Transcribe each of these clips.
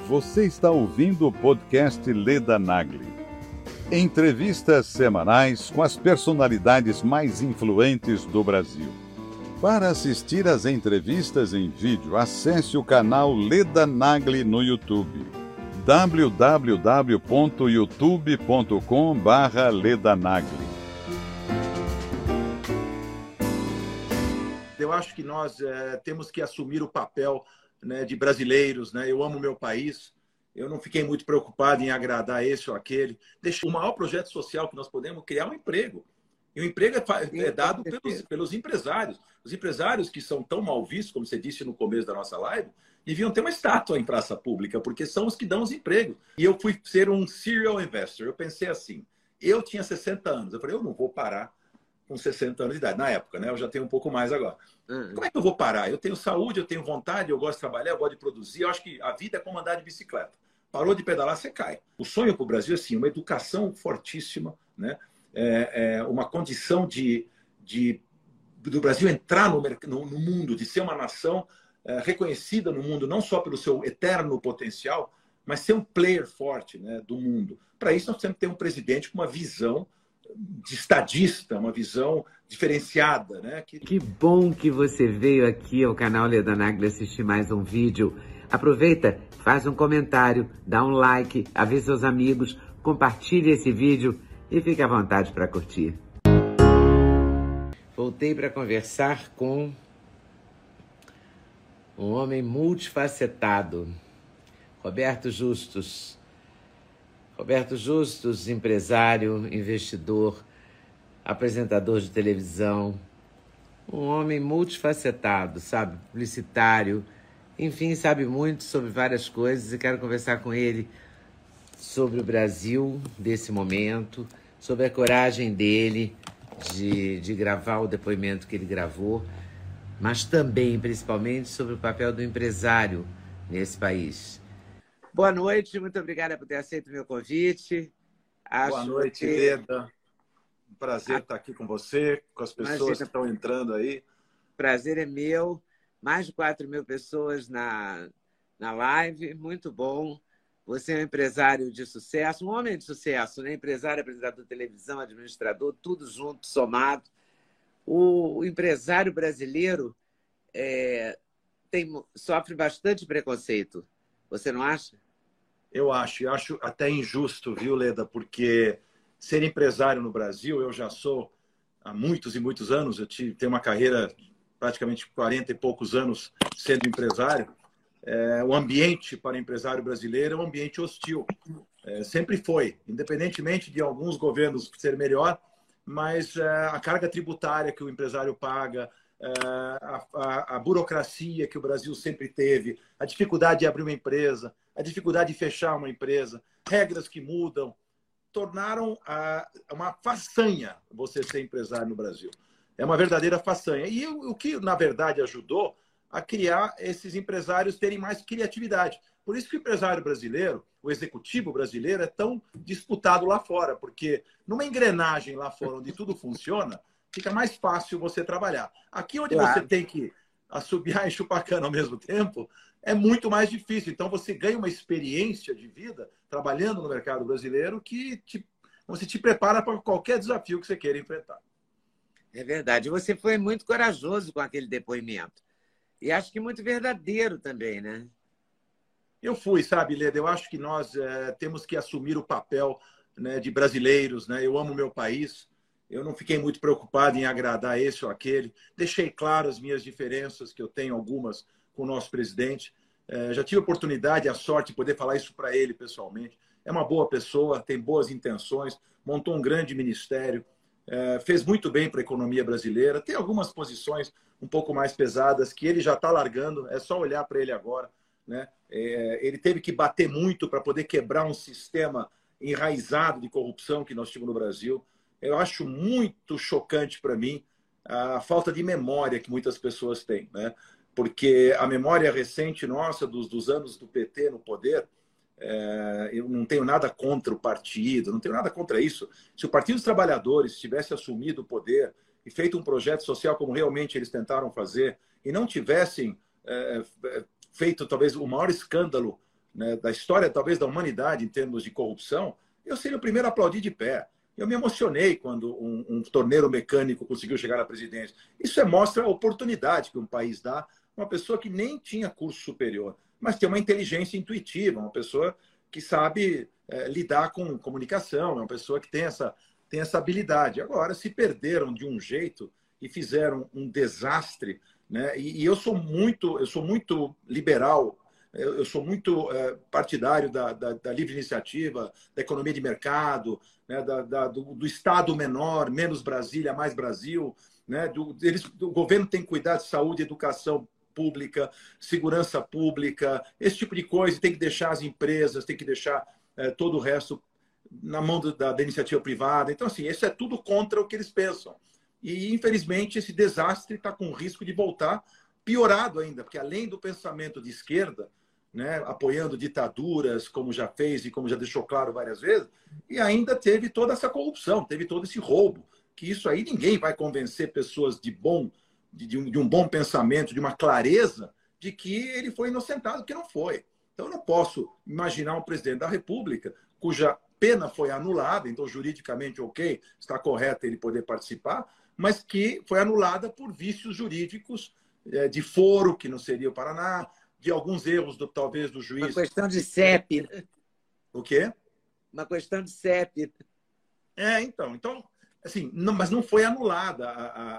Você está ouvindo o podcast Leda Nagli. Entrevistas semanais com as personalidades mais influentes do Brasil. Para assistir às entrevistas em vídeo, acesse o canal Leda Nagli no YouTube. www.youtube.com/ledanagli. Eu acho que nós temos que assumir o papel, né, de brasileiros, né? Eu amo meu país. Eu não fiquei muito preocupado em agradar esse ou aquele. O maior projeto social que nós podemos criar é um emprego. E o emprego é dado pelos empresários. Os empresários que são tão mal vistos, como você disse no começo da nossa live, deviam ter uma estátua em praça pública, porque são os que dão os empregos. E eu fui ser um serial investor. Eu pensei assim, eu tinha 60 anos. Eu falei, eu não vou parar com 60 anos de idade. Na época, né? Eu já tenho um pouco mais agora. Como é que eu vou parar? Eu tenho saúde, eu tenho vontade, eu gosto de trabalhar, eu gosto de produzir. Eu acho que a vida é como andar de bicicleta. Parou de pedalar, você cai. O sonho para o Brasil é assim, uma educação fortíssima, né? Uma condição do Brasil entrar no mundo, de ser uma nação reconhecida no mundo, não só pelo seu eterno potencial, mas ser um player forte, né, do mundo. Para isso, nós temos que ter um presidente com uma visão de estadista, uma visão diferenciada, né? Que bom que você veio aqui ao canal Leda Nagli assistir mais um vídeo. Aproveita, faz um comentário, dá um like, avisa seus amigos, compartilhe esse vídeo e fique à vontade para curtir. Voltei para conversar com um homem multifacetado, Roberto Justus. Roberto Justus, empresário, investidor, apresentador de televisão, um homem multifacetado, sabe, publicitário, enfim, sabe muito sobre várias coisas e quero conversar com ele sobre o Brasil desse momento, sobre a coragem dele de gravar o depoimento que ele gravou, mas também, principalmente, sobre o papel do empresário nesse país. Boa noite, muito obrigada por ter aceito o meu convite. Boa noite, Leda. Um prazer estar aqui com você, com as pessoas que estão entrando aí. Prazer é meu. Mais de 4.000 pessoas na live, muito bom. Você é um empresário de sucesso, um homem de sucesso, né? Empresário, apresentador de televisão, administrador, tudo junto, somado. O empresário brasileiro sofre bastante preconceito. Você não acha? Eu acho até injusto, viu, Leda? Porque ser empresário no Brasil, eu já sou há muitos e muitos anos, eu tenho uma carreira praticamente 40 e poucos anos sendo empresário. O ambiente para empresário brasileiro é um ambiente hostil. Sempre foi, independentemente de alguns governos ser melhor, mas a carga tributária que o empresário paga, a burocracia que o Brasil sempre teve, a dificuldade de abrir uma empresa, a dificuldade de fechar uma empresa, regras que mudam, tornaram uma façanha você ser empresário no Brasil. É uma verdadeira façanha. E o que, na verdade, ajudou a criar esses empresários terem mais criatividade. Por isso que o empresário brasileiro, o executivo brasileiro, é tão disputado lá fora, porque numa engrenagem lá fora onde tudo funciona, fica mais fácil você trabalhar. Aqui onde você tem que assobiar e chupar cana ao mesmo tempo, é muito mais difícil. Então você ganha uma experiência de vida trabalhando no mercado brasileiro que você te prepara para qualquer desafio que você queira enfrentar. É verdade. Você foi muito corajoso com aquele depoimento. E acho que muito verdadeiro também, né? Eu fui, sabe, Leda? Eu acho que nós temos que assumir o papel, né, de brasileiros, né? Eu amo meu país. Eu não fiquei muito preocupado em agradar esse ou aquele. Deixei claro as minhas diferenças, que eu tenho algumas com o nosso presidente. Já tive a oportunidade, a sorte de poder falar isso para ele pessoalmente. É uma boa pessoa, tem boas intenções, montou um grande ministério, fez muito bem para a economia brasileira. Tem algumas posições um pouco mais pesadas que ele já está largando, é só olhar para ele agora, né? Ele teve que bater muito para poder quebrar um sistema enraizado de corrupção que nós tínhamos no Brasil. Eu acho muito chocante para mim a falta de memória que muitas pessoas têm, né? Porque a memória recente nossa dos anos do PT no poder, eu não tenho nada contra o partido, não tenho nada contra isso. Se o Partido dos Trabalhadores tivesse assumido o poder e feito um projeto social como realmente eles tentaram fazer e não tivessem feito talvez o maior escândalo né, da história, talvez, da humanidade em termos de corrupção, eu seria o primeiro a aplaudir de pé. Eu me emocionei quando um torneiro mecânico conseguiu chegar à presidência. Isso mostra a oportunidade que um país dá a uma pessoa que nem tinha curso superior, mas tem uma inteligência intuitiva, uma pessoa que sabe lidar com comunicação, é uma pessoa que tem essa habilidade. Agora, se perderam de um jeito e fizeram um desastre, né? E eu sou muito liberal, eu sou muito partidário da livre iniciativa, da economia de mercado, né? do Estado menor, menos Brasília, mais Brasil. Né? O governo tem que cuidar de saúde, educação pública, segurança pública, esse tipo de coisa. Tem que deixar as empresas, tem que deixar todo o resto na mão da iniciativa privada. Então, assim, isso é tudo contra o que eles pensam. E, infelizmente, esse desastre está com risco de voltar piorado ainda, porque além do pensamento de esquerda, né, apoiando ditaduras, como já fez e como já deixou claro várias vezes, e ainda teve toda essa corrupção, teve todo esse roubo, que isso aí ninguém vai convencer pessoas de um bom pensamento, de uma clareza, de que ele foi inocentado, que não foi. Então, eu não posso imaginar um presidente da República cuja pena foi anulada, então juridicamente ok, está correto ele poder participar, mas que foi anulada por vícios jurídicos de foro, que não seria o Paraná, de alguns erros, talvez, do juiz. Uma questão de CEP. O quê? Uma questão de CEP. Então assim, mas não foi anulada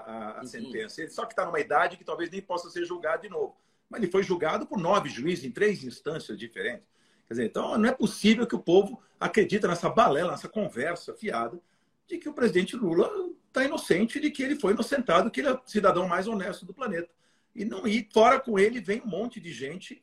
a sentença. Ele só que está numa idade que talvez nem possa ser julgado de novo. Mas ele foi julgado por 9 juízes em 3 instâncias diferentes. Quer dizer, então não é possível que o povo acredite nessa balela, nessa conversa fiada de que o presidente Lula está inocente, de que ele foi inocentado, que ele é o cidadão mais honesto do planeta. E fora com ele vem um monte de gente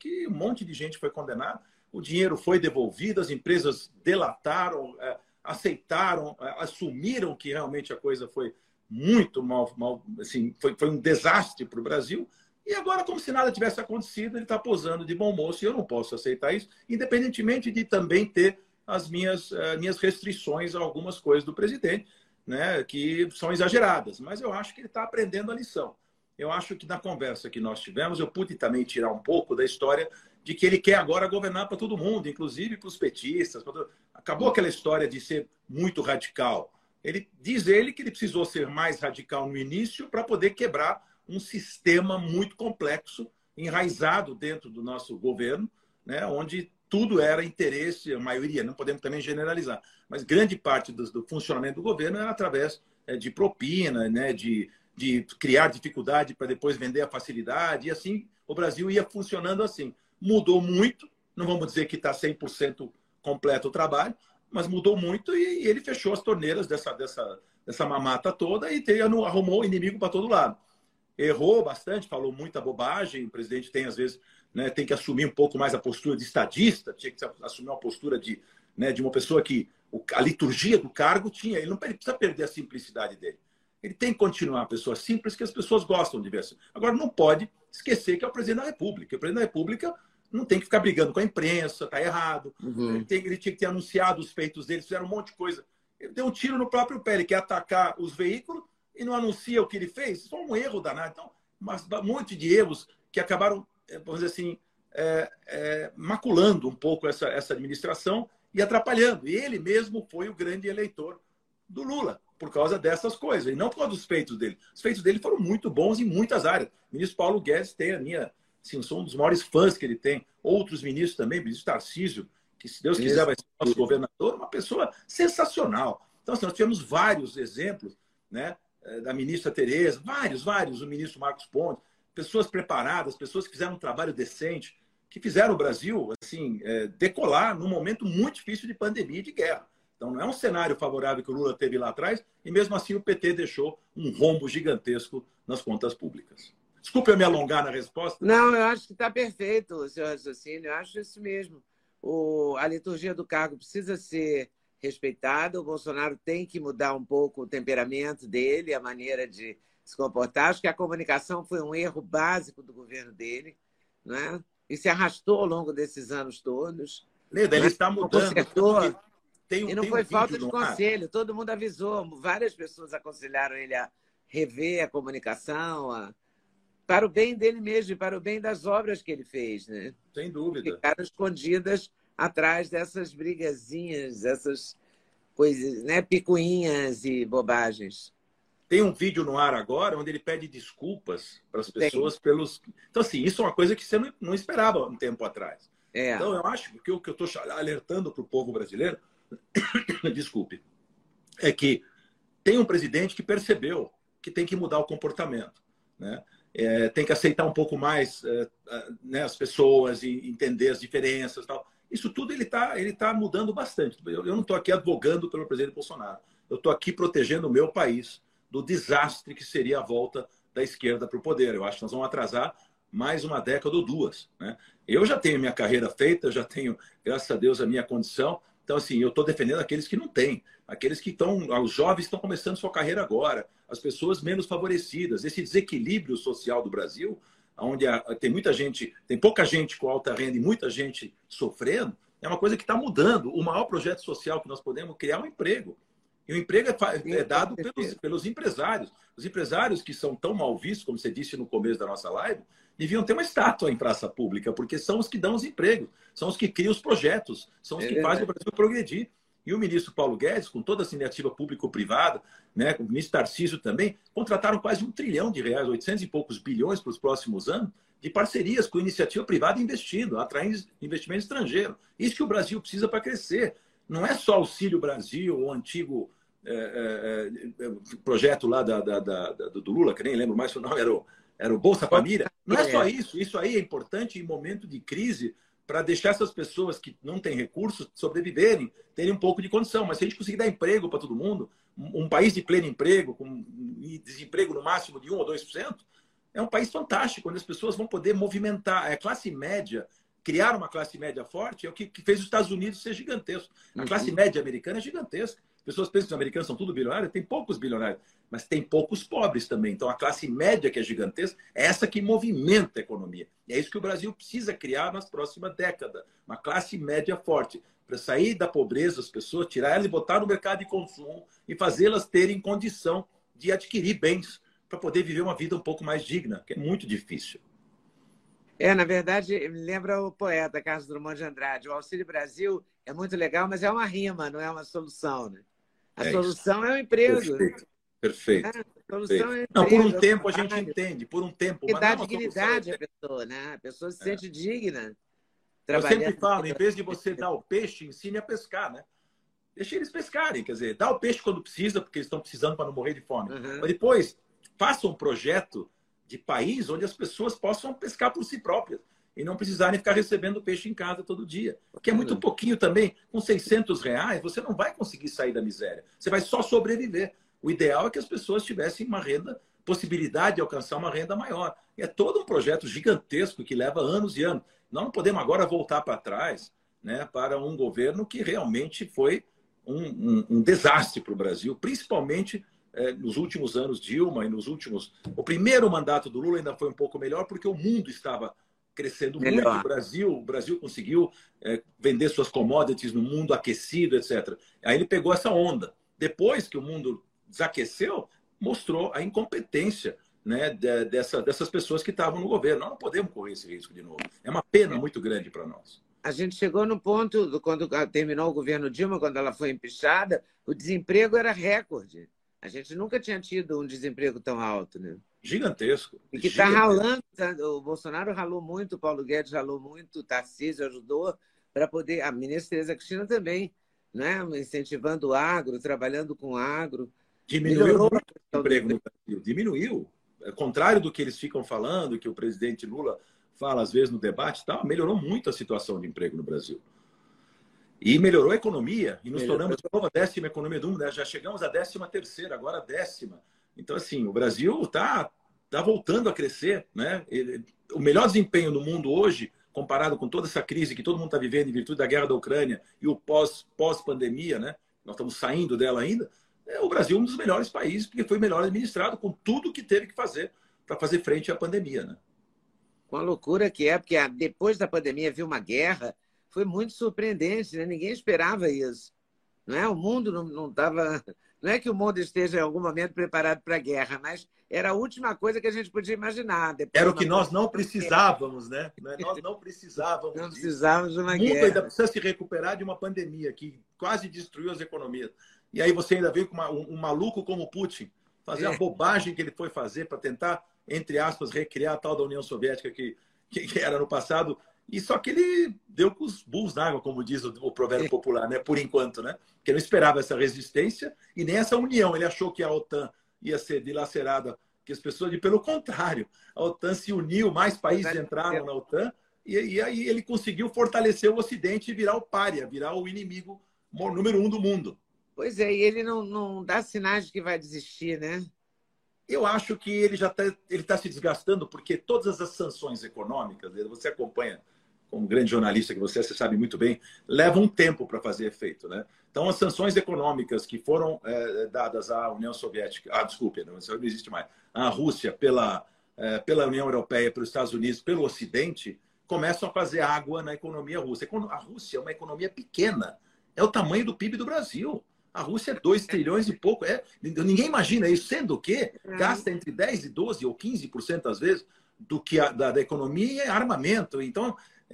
foi condenada, o dinheiro foi devolvido, as empresas delataram, aceitaram, assumiram que realmente a coisa foi muito mal assim, foi um desastre para o Brasil. E agora, como se nada tivesse acontecido, ele está posando de bom moço, e eu não posso aceitar isso, independentemente de também ter as minhas restrições a algumas coisas do presidente, né, que são exageradas. Mas eu acho que ele está aprendendo a lição. Eu acho que na conversa que nós tivemos, eu pude também tirar um pouco da história de que ele quer agora governar para todo mundo, inclusive para os petistas. Acabou aquela história de ser muito radical. Diz ele que ele precisou ser mais radical no início para poder quebrar um sistema muito complexo, enraizado dentro do nosso governo, né, onde tudo era interesse, a maioria, não podemos também generalizar, mas grande parte do funcionamento do governo era através de propina, né, de criar dificuldade para depois vender a facilidade, e assim o Brasil ia funcionando assim. Mudou muito, não vamos dizer que está 100% completo o trabalho, mas mudou muito e ele fechou as torneiras dessa mamata toda e arrumou inimigo para todo lado. Errou bastante, falou muita bobagem, o presidente tem, às vezes, né, tem que assumir um pouco mais a postura de estadista, tinha que assumir uma postura de uma pessoa que a liturgia do cargo tinha, ele não precisa perder a simplicidade dele. Ele tem que continuar uma pessoa simples, que as pessoas gostam de ver assim. Agora, não pode esquecer que é o presidente da República. O presidente da República não tem que ficar brigando com a imprensa, está errado. Uhum. Ele tinha que ter anunciado os feitos dele, fizeram um monte de coisa. Ele deu um tiro no próprio pé, ele quer atacar os veículos e não anuncia o que ele fez. Isso foi um erro danado. Então, um monte de erros que acabaram, vamos dizer assim, maculando um pouco essa administração e atrapalhando. E ele mesmo foi o grande eleitor do Lula, por causa dessas coisas, e não por causa dos feitos dele. Os feitos dele foram muito bons em muitas áreas. O ministro Paulo Guedes tem assim, sou um dos maiores fãs que ele tem. Outros ministros também, o ministro Tarcísio, que se Deus quiser vai ser nosso governador, uma pessoa sensacional. Então, assim, nós tivemos vários exemplos, né, da ministra Tereza, vários, o ministro Marcos Pontes, pessoas preparadas, pessoas que fizeram um trabalho decente, que fizeram o Brasil assim, decolar num momento muito difícil de pandemia e de guerra. Então, não é um cenário favorável que o Lula teve lá atrás, e mesmo assim o PT deixou um rombo gigantesco nas contas públicas. Desculpe eu me alongar na resposta. Não, eu acho que está perfeito o seu raciocínio, eu acho isso mesmo. A liturgia do cargo precisa ser respeitada, o Bolsonaro tem que mudar um pouco o temperamento dele, a maneira de se comportar. Acho que a comunicação foi um erro básico do governo dele, né? E se arrastou ao longo desses anos todos. Leda, ele está mudando. E não foi falta de conselho, todo mundo avisou, várias pessoas aconselharam ele a rever a comunicação. para o bem dele mesmo e para o bem das obras que ele fez, né? Sem dúvida. Ficaram escondidas atrás dessas brigazinhas, essas coisas, né? Picuinhas e bobagens. Tem um vídeo no ar agora onde ele pede desculpas para as pessoas pelos... Então, assim, isso é uma coisa que você não esperava um tempo atrás. Então, eu acho que o que eu estou alertando para o povo brasileiro, desculpe, é que tem um presidente que percebeu que tem que mudar o comportamento, né? Tem que aceitar um pouco mais né, as pessoas e entender as diferenças e tal. Isso tudo ele tá mudando bastante. Eu não estou aqui advogando pelo presidente Bolsonaro. Eu estou aqui protegendo o meu país do desastre que seria a volta da esquerda para o poder. Eu acho que nós vamos atrasar mais uma década ou duas, né? Eu já tenho minha carreira feita, já tenho, graças a Deus, a minha condição. Então, assim, eu estou defendendo aqueles que não têm, aqueles que estão, os jovens estão começando sua carreira agora, as pessoas menos favorecidas. Esse desequilíbrio social do Brasil, onde tem muita gente, tem pouca gente com alta renda e muita gente sofrendo, é uma coisa que está mudando. O maior projeto social que nós podemos criar é um emprego. E o emprego é dado pelos empresários. Os empresários que são tão mal vistos, como você disse no começo da nossa live, deviam ter uma estátua em praça pública, porque são os que dão os empregos, são os que criam os projetos, são os que fazem o Brasil progredir. E o ministro Paulo Guedes, com toda essa iniciativa público-privada, né, o ministro Tarcísio também, contrataram quase R$1 trilhão, 800 e poucos bilhões para os próximos anos, de parcerias com iniciativa privada investindo, atraindo investimento estrangeiro. Isso que o Brasil precisa para crescer. Não é só Auxílio Brasil, o antigo projeto lá do Lula, que nem lembro mais o nome, era o Bolsa Família. Não é só isso. Isso aí é importante em momento de crise para deixar essas pessoas que não têm recursos sobreviverem, terem um pouco de condição. Mas se a gente conseguir dar emprego para todo mundo, um país de pleno emprego, com desemprego no máximo de 1 ou 2%, é um país fantástico, onde as pessoas vão poder movimentar. A classe média, criar uma classe média forte, é o que fez os Estados Unidos ser gigantesco. A classe média americana é gigantesca. As pessoas pensam que os americanos são tudo bilionários, tem poucos bilionários, mas tem poucos pobres também. Então, a classe média, que é gigantesca, é essa que movimenta a economia. E é isso que o Brasil precisa criar nas próximas décadas. Uma classe média forte, para sair da pobreza, as pessoas, tirar elas e botar no mercado de consumo e fazê-las terem condição de adquirir bens para poder viver uma vida um pouco mais digna, que é muito difícil. Na verdade, lembra o poeta Carlos Drummond de Andrade. O Auxílio Brasil é muito legal, mas é uma rima, não é uma solução, né? A solução é o emprego. Perfeito. A solução é o emprego. Não, por um tempo a gente entende, por um tempo. E dá dignidade à pessoa, né? A pessoa se sente digna. Eu sempre falo, em vez de você dar o peixe, ensine a pescar, né? Deixa eles pescarem, quer dizer, dá o peixe quando precisa, porque eles estão precisando para não morrer de fome. Mas depois, faça um projeto de país onde as pessoas possam pescar por si próprias e não precisarem ficar recebendo peixe em casa todo dia. Que é muito pouquinho também. Com R$600, você não vai conseguir sair da miséria. Você vai só sobreviver. O ideal é que as pessoas tivessem uma renda, possibilidade de alcançar uma renda maior. E é todo um projeto gigantesco que leva anos e anos. Nós não podemos agora voltar para trás, né, para um governo que realmente foi um desastre para o Brasil, principalmente nos últimos anos Dilma e nos últimos... O primeiro mandato do Lula ainda foi um pouco melhor porque o mundo estava crescendo muito. O Brasil conseguiu vender suas commodities no mundo aquecido, etc. Aí ele pegou essa onda. Depois que o mundo desaqueceu, mostrou a incompetência, né, dessas pessoas que estavam no governo. Nós não podemos correr esse risco de novo. É uma pena muito grande para nós. A gente chegou no ponto, quando terminou o governo Dilma, quando ela foi empichada, o desemprego era recorde. A gente nunca tinha tido um desemprego tão alto, né? Gigantesco. E que está ralando. O Bolsonaro ralou muito, o Paulo Guedes ralou muito, o Tarcísio ajudou para poder... A ministra Tereza Cristina também, né? Incentivando o agro, trabalhando com o agro. Diminuiu muito o emprego no Brasil. Diminuiu. Ao contrário do que eles ficam falando, que o presidente Lula fala às vezes no debate, tal, melhorou muito a situação de emprego no Brasil. E melhorou a economia, e nos tornamos a nova 10ª economia do mundo, né? Já chegamos à 13ª, agora a 10ª. Então, assim, o Brasil está voltando a crescer, né? O melhor desempenho no mundo hoje, comparado com toda essa crise que todo mundo está vivendo em virtude da guerra da Ucrânia e o pós-pandemia, né? Nós estamos saindo dela ainda. O Brasil é um dos melhores países, porque foi melhor administrado com tudo que teve que fazer para fazer frente à pandemia, né? Com a loucura que porque depois da pandemia viu uma guerra, foi muito surpreendente, né? Ninguém esperava isso. Não é? O mundo não estava Não é que o mundo esteja em algum momento preparado para a guerra, mas era a última coisa que a gente podia imaginar. Depois era o que nós não precisávamos, né? Nós não precisávamos não disso. precisávamos de uma O mundo guerra. ainda precisa se recuperar de uma pandemia que quase destruiu as economias. E aí você ainda veio com um maluco como o Putin fazer a bobagem que ele foi fazer para tentar, entre aspas, recriar a tal da União Soviética que era no passado. E só que ele deu com os burros na água, como diz o provérbio popular, né? Por enquanto, né? Porque não esperava essa resistência e nem essa união. Ele achou que a OTAN ia ser dilacerada, que as pessoas... Pelo contrário, a OTAN se uniu, mais países entraram na OTAN e aí ele conseguiu fortalecer o Ocidente e virar o pária, virar o inimigo número 1 do mundo. Pois é, e ele não dá sinais de que vai desistir, né? Eu acho que ele já está se desgastando, porque todas as sanções econômicas, você acompanha como grande jornalista que você sabe muito bem, levam um tempo para fazer efeito, né? Então, as sanções econômicas que foram dadas à União Soviética, desculpe, não existe mais, à Rússia pela União Europeia, pelos Estados Unidos, pelo Ocidente, começam a fazer água na economia russa. A Rússia é uma economia pequena, é o tamanho do PIB do Brasil. A Rússia é 2 trilhões e pouco. Ninguém imagina isso, sendo que gasta entre 10% e 12% ou 15% às vezes do que da economia em armamento. Então,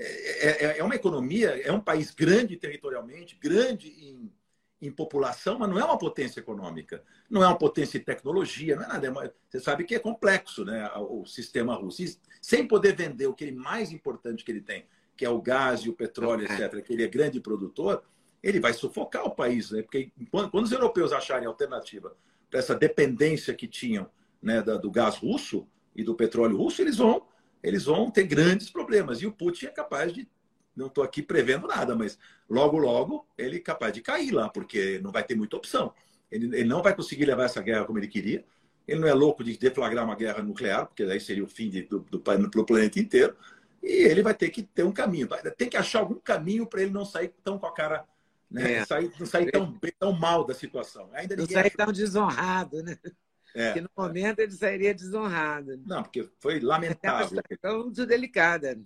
é uma economia, é um país grande territorialmente, grande em população, mas não é uma potência econômica, não é uma potência em tecnologia, não é nada. Você sabe que é complexo, né, o sistema russo. E sem poder vender o que é mais importante que ele tem, que é o gás e o petróleo, etc., que ele é grande produtor, ele vai sufocar o país, né? Porque quando os europeus acharem alternativa para essa dependência que tinham, né, do gás russo e do petróleo russo, eles vão ter grandes problemas. E o Putin é capaz de, não estou aqui prevendo nada, mas logo ele é capaz de cair lá, porque não vai ter muita opção. Ele não vai conseguir levar essa guerra como ele queria. Ele não é louco de deflagrar uma guerra nuclear, porque aí seria o fim do planeta inteiro. E ele vai ter que ter um caminho. Tem que achar algum caminho para ele não sair tão com a cara... Né? Não sair tão mal da situação. Ainda não sair tão desonrado, né? Porque no momento ele sairia desonrado. Não, porque foi lamentável. É muito delicada.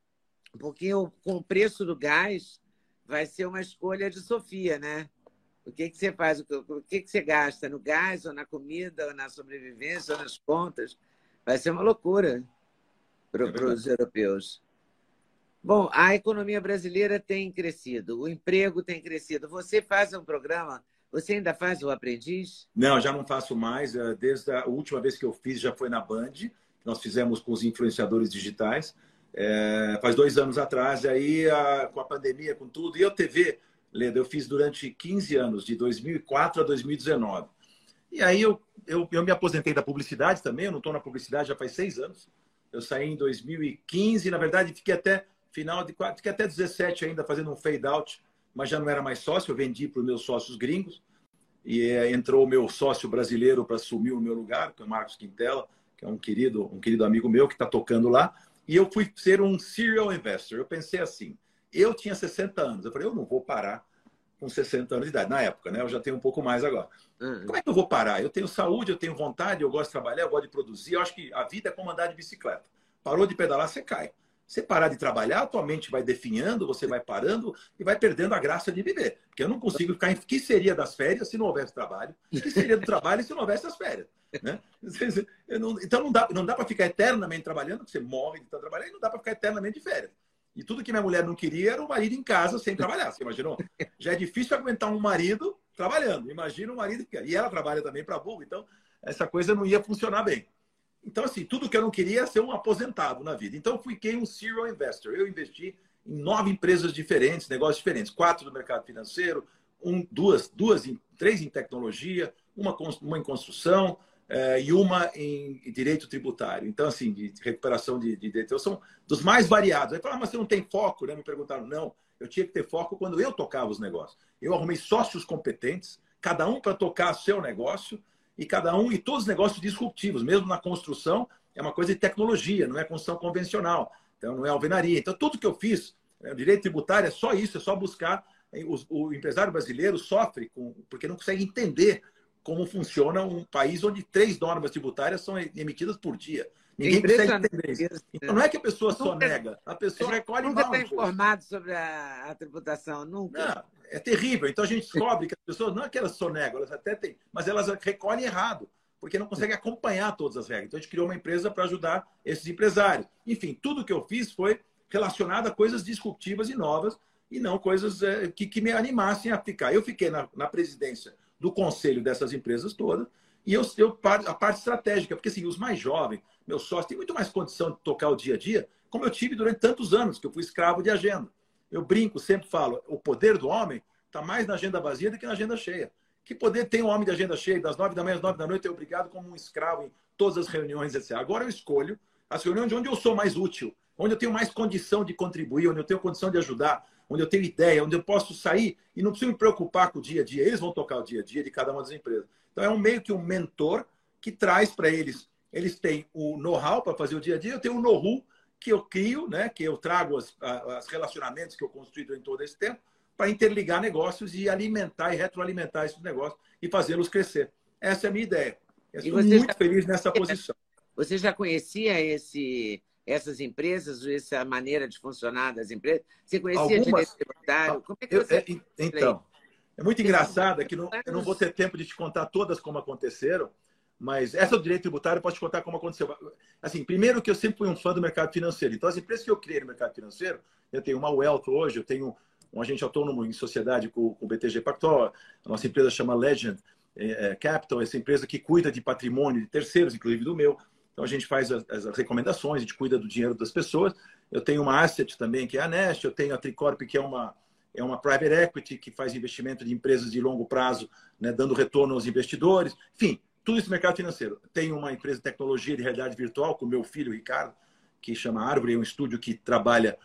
Porque com o preço do gás vai ser uma escolha de Sofia, né? O que você faz? O que você gasta? No gás, ou na comida, ou na sobrevivência, ou nas contas? Vai ser uma loucura para os europeus. Bom, a economia brasileira tem crescido, o emprego tem crescido. Você faz um programa, você ainda faz o Aprendiz? Não, já não faço mais. Desde a última vez que eu fiz já foi na Band. Nós fizemos com os influenciadores digitais. Faz 2 anos atrás, aí com a pandemia, com tudo. E a TV, Leda, eu fiz durante 15 anos, de 2004 a 2019. E aí eu me aposentei da publicidade também. Eu não estou na publicidade já faz 6 anos. Eu saí em 2015, na verdade fiquei até... fiquei até 17 ainda fazendo um fade out, mas já não era mais sócio, eu vendi para os meus sócios gringos e entrou o meu sócio brasileiro para assumir o meu lugar, que é o Marcos Quintela, que é um querido amigo meu que está tocando lá, e eu fui ser um serial investor. Eu pensei assim, eu tinha 60 anos, eu falei, eu não vou parar com 60 anos de idade, na época, né? Eu já tenho um pouco mais agora. Como é que eu vou parar? Eu tenho saúde, eu tenho vontade, eu gosto de trabalhar, eu gosto de produzir, eu acho que a vida é como andar de bicicleta. Parou de pedalar, você cai. Você parar de trabalhar, a tua mente vai definhando, você vai parando e vai perdendo a graça de viver. Porque eu não consigo ficar em... que seria das férias se não houvesse trabalho? Que seria do trabalho se não houvesse as férias? Né? Então não dá para ficar eternamente trabalhando, porque você morre de estar trabalhando, e não dá para ficar eternamente de férias. E tudo que minha mulher não queria era o marido em casa sem trabalhar. Você imaginou? Já é difícil aguentar um marido trabalhando. Imagina um marido que... E ela trabalha também para burro, então essa coisa não ia funcionar bem. Então, assim, tudo que eu não queria é ser um aposentado na vida. Então, eu fiquei um serial investor. Eu investi em 9 empresas diferentes, negócios diferentes. 4 no mercado financeiro, 3 em tecnologia, uma em construção e uma em direito tributário. Então, assim, de recuperação de direito. São dos mais variados. Aí falaram, mas você não tem foco, né? Me perguntaram. Não, eu tinha que ter foco quando eu tocava os negócios. Eu arrumei sócios competentes, cada um para tocar seu negócio, e todos os negócios disruptivos, mesmo na construção, é uma coisa de tecnologia, não é construção convencional, então não é alvenaria. Então, tudo que eu fiz, o direito tributário é só isso, é só buscar. O empresário brasileiro sofre porque não consegue entender como funciona um país onde 3 normas tributárias são emitidas por dia. Ninguém consegue entender Impressionante isso. isso, Então né? não é que a pessoa só Nunca, nega, a pessoa recolhe nunca mal o está imposto. informado sobre a tributação, nunca. Não, é terrível. Então a gente descobre que as pessoas, não é que elas sonegam, elas até têm, mas elas recolhem errado, porque não conseguem acompanhar todas as regras. Então a gente criou uma empresa para ajudar esses empresários. Enfim, tudo que eu fiz foi relacionado a coisas disruptivas e novas e não coisas que me animassem a ficar. Eu fiquei na presidência do conselho dessas empresas todas e a parte estratégica, porque assim, os mais jovens, meus sócios, têm muito mais condição de tocar o dia a dia, como eu tive durante tantos anos, que eu fui escravo de agenda. Eu brinco, sempre falo, o poder do homem está mais na agenda vazia do que na agenda cheia. Que poder tem um homem de agenda cheia, das 9 da manhã às 9 da noite, eu obrigado como um escravo em todas as reuniões, etc. Agora eu escolho as reuniões onde eu sou mais útil, onde eu tenho mais condição de contribuir, onde eu tenho condição de ajudar, onde eu tenho ideia, onde eu posso sair e não preciso me preocupar com o dia a dia. Eles vão tocar o dia a dia de cada uma das empresas. Então é meio que um mentor que traz para eles. Eles têm o know-how para fazer o dia a dia, eu tenho o know-how que eu crio, né, que eu trago os relacionamentos que eu construí durante todo esse tempo, para interligar negócios e alimentar e retroalimentar esses negócios e fazê-los crescer. Essa é a minha ideia. Eu estou muito feliz nessa posição. Você já conhecia essas empresas, essa maneira de funcionar das empresas? Você conhecia direito tributário? Como é que você... Então, é muito engraçado que eu não vou ter tempo de te contar todas como aconteceram, mas essa do direito tributário eu posso te contar como aconteceu. Assim, primeiro que eu sempre fui um fã do mercado financeiro. Então, as empresas que eu criei no mercado financeiro, eu tenho uma Wealth hoje, eu tenho um agente autônomo em sociedade com o BTG Pactual, a nossa empresa chama Legend Capital, essa empresa que cuida de patrimônio de terceiros, inclusive do meu. Então, a gente faz as recomendações, a gente cuida do dinheiro das pessoas. Eu tenho uma Asset também, que é a Nest, eu tenho a Tricorp, que é uma private equity, que faz investimento de empresas de longo prazo, né, dando retorno aos investidores. Enfim, tudo isso no mercado financeiro. Tenho uma empresa de tecnologia de realidade virtual com o meu filho, Ricardo, que chama Árvore, é um estúdio que trabalha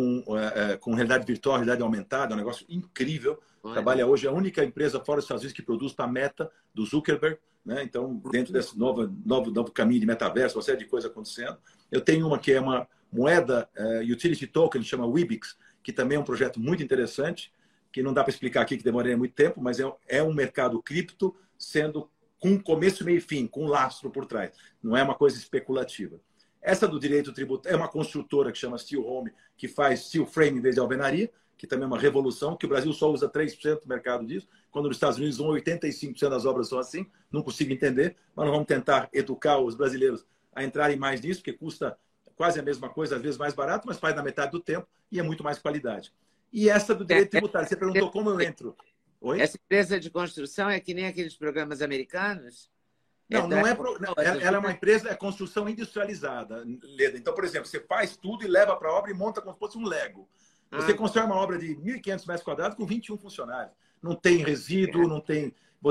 com realidade virtual, realidade aumentada, é um negócio incrível. Olha. Trabalha hoje, é a única empresa fora dos Estados Unidos que produz para a Meta, do Zuckerberg. Né? Então, dentro desse novo caminho de metaverso, uma série de coisas acontecendo. Eu tenho uma que é uma moeda utility token, chama Wibix, que também é um projeto muito interessante, que não dá para explicar aqui, que demoraria muito tempo, mas é um mercado cripto sendo com começo, meio e fim, com lastro por trás. Não é uma coisa especulativa. Essa do direito tributário é uma construtora que chama Steel Home, que faz steel frame em vez de alvenaria, que também é uma revolução, que o Brasil só usa 3% do mercado disso, quando nos Estados Unidos 85% das obras são assim. Não consigo entender, mas nós vamos tentar educar os brasileiros a entrarem mais nisso, porque custa quase a mesma coisa, às vezes mais barato, mas faz na metade do tempo e é muito mais qualidade. E essa do direito tributário, você perguntou como eu entro. Oi? Essa empresa de construção é que nem aqueles programas americanos? Não, não é. Ela é uma empresa, é construção industrializada, Leda. Então, por exemplo, você faz tudo e leva para a obra e monta como se fosse um Lego. Você constrói uma obra de 1.500 metros quadrados com 21 funcionários. Não tem resíduo, não tem.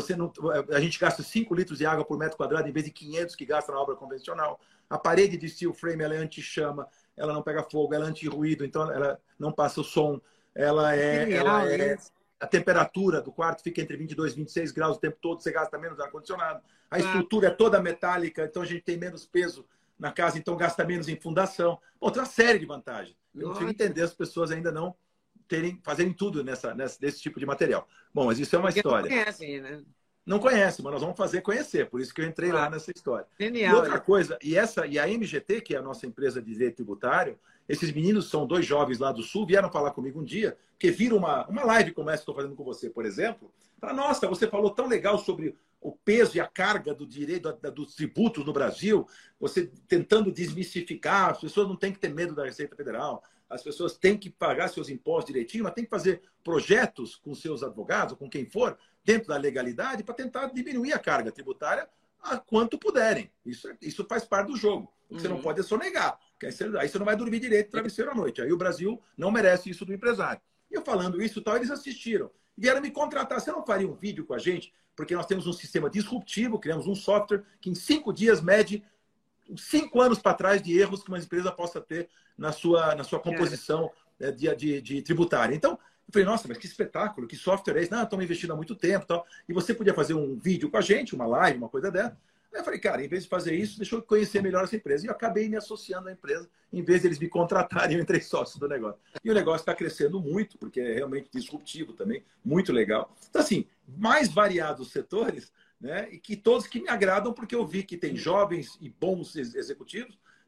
A gente gasta 5 litros de água por metro quadrado em vez de 500 que gasta na obra convencional. A parede de steel frame ela é anti-chama, ela não pega fogo, ela é anti-ruído, então ela não passa o som. A temperatura do quarto fica entre 22 e 26 graus o tempo todo, você gasta menos ar-condicionado. A estrutura é toda metálica, então a gente tem menos peso na casa, então gasta menos em fundação. Bom, tem uma série de vantagens. Eu não consigo entender as pessoas ainda não fazerem tudo desse tipo de material. Bom, mas isso é uma história. Não conhecem, né? Não conhece, mas nós vamos fazer conhecer, por isso que eu entrei lá nessa história. Genial. E outra coisa, e a MGT, que é a nossa empresa de direito tributário, esses meninos são 2 jovens lá do Sul, vieram falar comigo um dia, que viram uma live como essa que estou fazendo com você, por exemplo. Falaram, nossa, você falou tão legal sobre o peso e a carga do direito dos tributos no Brasil, você tentando desmistificar, as pessoas não têm que ter medo da Receita Federal, as pessoas têm que pagar seus impostos direitinho, mas têm que fazer projetos com seus advogados, ou com quem for, dentro da legalidade, para tentar diminuir a carga tributária a quanto puderem. Isso faz parte do jogo. O que você não pode é sonegar. Aí você não vai dormir direito travesseiro à noite. Aí o Brasil não merece isso do empresário. E eu falando isso, tal, eles assistiram. Vieram me contratar. Você não faria um vídeo com a gente? Porque nós temos um sistema disruptivo, criamos um software que em 5 dias mede 5 anos para trás de erros que uma empresa possa ter na sua composição de tributária. Então, eu falei, nossa, mas que espetáculo, que software é esse? Não, estamos investindo há muito tempo e tal. E você podia fazer um vídeo com a gente, uma live, uma coisa dessa. Aí eu falei, cara, em vez de fazer isso, deixa eu conhecer melhor essa empresa. E eu acabei me associando à empresa, em vez de eles me contratarem, eu entrei sócio do negócio. E o negócio está crescendo muito, porque é realmente disruptivo também, muito legal. Então, assim, mais variados setores, né? E que todos que me agradam, porque eu vi que tem jovens e bons executivos,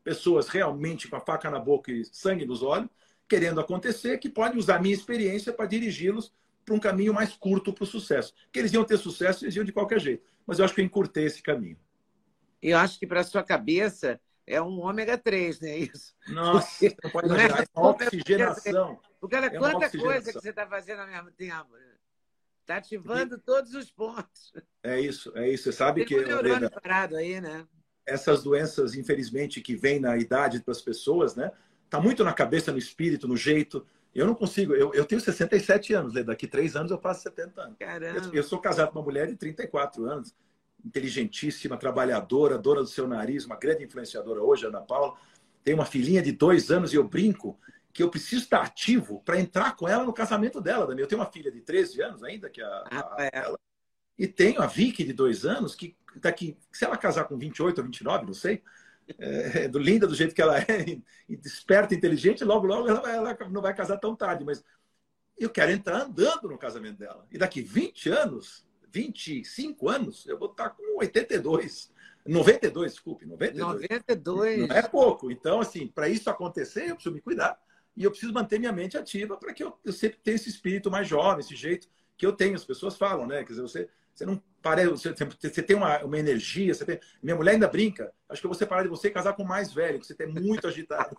pessoas realmente com a faca na boca e sangue nos olhos, querendo acontecer, que podem usar a minha experiência para dirigi-los para um caminho mais curto para o sucesso. Que eles iam ter sucesso, eles iam de qualquer jeito. Mas eu acho que eu encurtei esse caminho. E eu acho que para sua cabeça é um ômega 3, né? Isso. Nossa, você não pode imaginar. É uma oxigenação. Porque olha quanta coisa que você está fazendo ao mesmo tempo. Está ativando todos os pontos. É isso, é isso. Você sabe Tem que... um neurônio parado aí, né? Essas doenças, infelizmente, que vêm na idade das pessoas, né? Tá muito na cabeça, no espírito, no jeito. Eu não consigo. Eu tenho 67 anos, né? Daqui 3 anos eu faço 70 anos. Caramba. Eu sou casado com uma mulher de 34 anos, inteligentíssima, trabalhadora, dona do seu nariz, uma grande influenciadora hoje, Ana Paula. Tem uma filhinha de 2 anos e eu brinco que eu preciso estar ativo para entrar com ela no casamento dela. Eu tenho uma filha de 13 anos ainda, que é ela. E tenho a Vicky, de 2 anos, que daqui, se ela casar com 28 ou 29, não sei, linda do jeito que ela é, e desperta, inteligente, logo, logo ela não vai casar tão tarde. Mas eu quero entrar andando no casamento dela. E daqui 20 anos, 25 anos, eu vou estar com 82. 92, desculpe, 92. 92. Não é pouco. Então, assim, para isso acontecer, eu preciso me cuidar. E eu preciso manter minha mente ativa para que eu sempre tenha esse espírito mais jovem, esse jeito que eu tenho. As pessoas falam, né? Quer dizer, você não parece, você tem uma energia, você tem... Minha mulher ainda brinca. Acho que eu vou separar de você e casar com o mais velho, que você é muito agitado.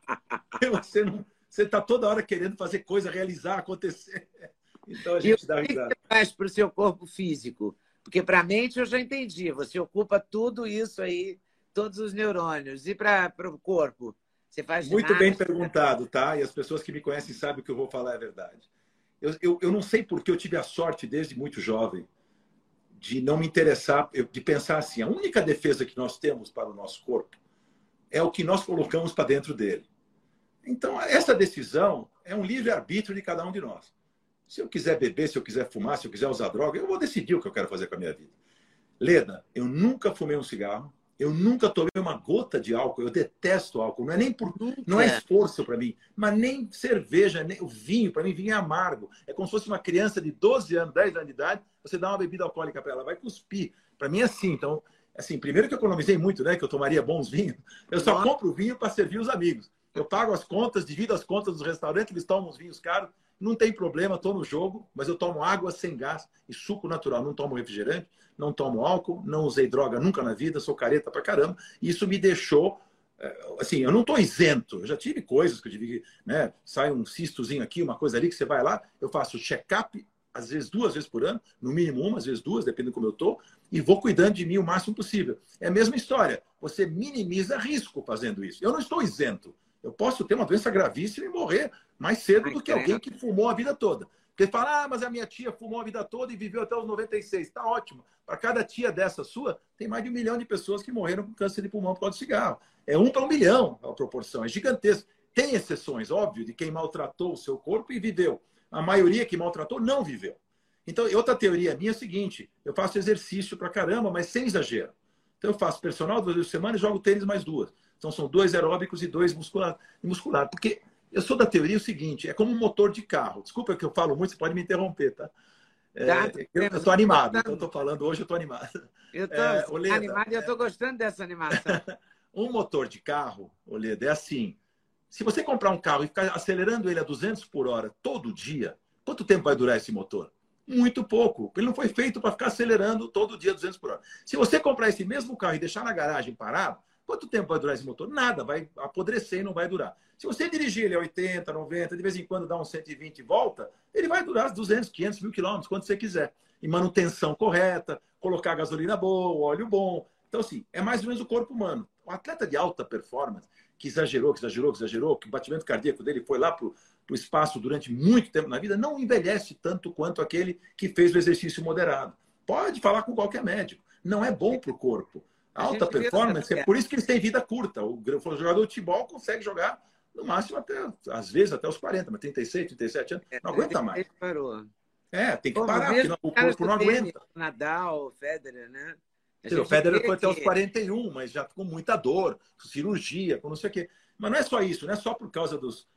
Você está toda hora querendo fazer coisa, realizar, acontecer. Então a gente dá risada. O que você faz para o seu corpo físico? Porque para a mente eu já entendi. Você ocupa tudo isso aí, todos os neurônios. E para o corpo? Você faz muito bem perguntado, tá? E as pessoas que me conhecem sabem que eu vou falar é verdade. Eu não sei porque eu tive a sorte, desde muito jovem, de não me interessar, de pensar assim, a única defesa que nós temos para o nosso corpo é o que nós colocamos para dentro dele. Então, essa decisão é um livre-arbítrio de cada um de nós. Se eu quiser beber, se eu quiser fumar, se eu quiser usar droga, eu vou decidir o que eu quero fazer com a minha vida. Leda, eu nunca fumei um cigarro, eu nunca tomei uma gota de álcool, eu detesto álcool, não é nem não é esforço para mim, mas nem cerveja, nem o vinho, para mim vinho é amargo. É como se fosse uma criança de 12 anos, 10 anos de idade, você dá uma bebida alcoólica para ela, vai cuspir. Para mim é assim, então, assim, primeiro que eu economizei muito, né, que eu tomaria bons vinhos, eu só compro vinho para servir os amigos. Eu pago as contas, divido as contas dos restaurantes, eles tomam os vinhos caros, não tem problema, estou no jogo, mas eu tomo água sem gás e suco natural. Não tomo refrigerante, não tomo álcool, não usei droga nunca na vida, sou careta pra caramba. E isso me deixou, assim, eu não estou isento. Eu já tive coisas que eu tive, né? Sai um cistozinho aqui, uma coisa ali, que você vai lá, eu faço check-up, às vezes 2 vezes por ano, no mínimo 1, às vezes 2, dependendo de como eu estou, e vou cuidando de mim o máximo possível. É a mesma história. Você minimiza risco fazendo isso. Eu não estou isento. Eu posso ter uma doença gravíssima e morrer mais cedo do que alguém que fumou a vida toda. Porque fala, mas a minha tia fumou a vida toda e viveu até os 96. Está ótimo. Para cada tia dessa sua, tem mais de 1 milhão de pessoas que morreram com câncer de pulmão por causa do cigarro. É 1 para 1 milhão a proporção. É gigantesco. Tem exceções, óbvio, de quem maltratou o seu corpo e viveu. A maioria que maltratou não viveu. Então, outra teoria minha é a seguinte, eu faço exercício para caramba, mas sem exagero. Então, eu faço personal 2 vezes por semana e jogo tênis mais 2. Então, são 2 aeróbicos e 2 muscular. Porque eu sou da teoria o seguinte, é como um motor de carro. Desculpa que eu falo muito, você pode me interromper, tá? Eu estou animado, então eu estou falando hoje, eu estou animado. Eu estou animado e eu estou gostando dessa animação. Um motor de carro, Oleda, é assim, se você comprar um carro e ficar acelerando ele a 200 por hora todo dia, quanto tempo vai durar esse motor? Muito pouco. Ele não foi feito para ficar acelerando todo dia 200 por hora. Se você comprar esse mesmo carro e deixar na garagem parado, quanto tempo vai durar esse motor? Nada, vai apodrecer e não vai durar. Se você dirigir ele a 80, 90, de vez em quando dá uns 120 e volta, ele vai durar 200, 500, 1000 quilômetros, quando você quiser. E manutenção correta, colocar gasolina boa, óleo bom. Então, assim, é mais ou menos o corpo humano. Um atleta de alta performance, que exagerou, que o batimento cardíaco dele foi lá para o espaço durante muito tempo na vida, não envelhece tanto quanto aquele que fez o exercício moderado. Pode falar com qualquer médico. Não é bom para o corpo. Alta performance, é por isso que eles têm vida curta. O jogador de futebol consegue jogar no máximo até, às vezes, até os 40, mas 36, 37 anos, não aguenta mais. Parou. Tem que parar, porque o corpo não aguenta. Nadal, Federer, né? O Federer foi até os 41, mas já com muita dor, cirurgia, com não sei o quê. Mas não é só isso, não é só por causa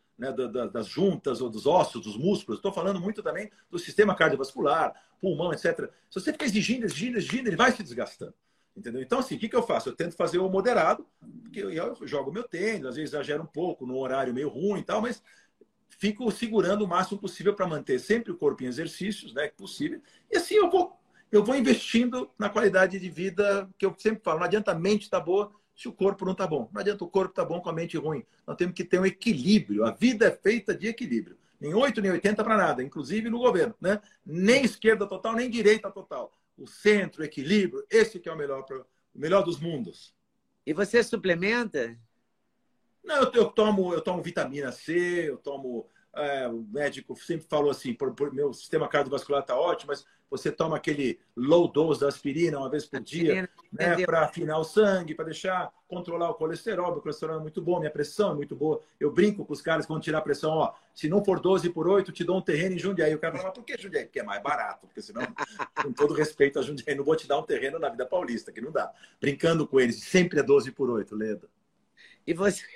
das juntas ou dos ossos, dos músculos. Estou falando muito também do sistema cardiovascular, pulmão, etc. Se você ficar exigindo, ele vai se desgastando. Entendeu? Então, assim, o que eu faço? Eu tento fazer o moderado, porque eu jogo meu tênis, às vezes exagero um pouco, no horário meio ruim e tal, mas fico segurando o máximo possível para manter sempre o corpo em exercícios, né, possível. E assim eu vou investindo na qualidade de vida, que eu sempre falo, não adianta a mente estar boa se o corpo não está bom. Não adianta o corpo estar bom com a mente ruim. Nós temos que ter um equilíbrio. A vida é feita de equilíbrio. Nem 8, nem 80 para nada, inclusive no governo. Né? Nem esquerda total, nem direita total. O centro, o equilíbrio, esse que é o melhor dos mundos. E você suplementa? Não, eu tomo vitamina C, eu tomo. O médico sempre falou assim: meu sistema cardiovascular está ótimo, mas você toma aquele low dose da aspirina uma vez por dia, né, para afinar o sangue, para controlar o colesterol. Meu colesterol é muito bom, minha pressão é muito boa. Eu brinco com os caras que vão tirar a pressão: ó, se não for 12/8, te dou um terreno em Jundiaí. O cara fala: mas por que Jundiaí? Porque é mais barato, porque senão, com todo respeito a Jundiaí, não vou te dar um terreno na Vida Paulista, que não dá. Brincando com eles, sempre é 12/8, Leda. E você...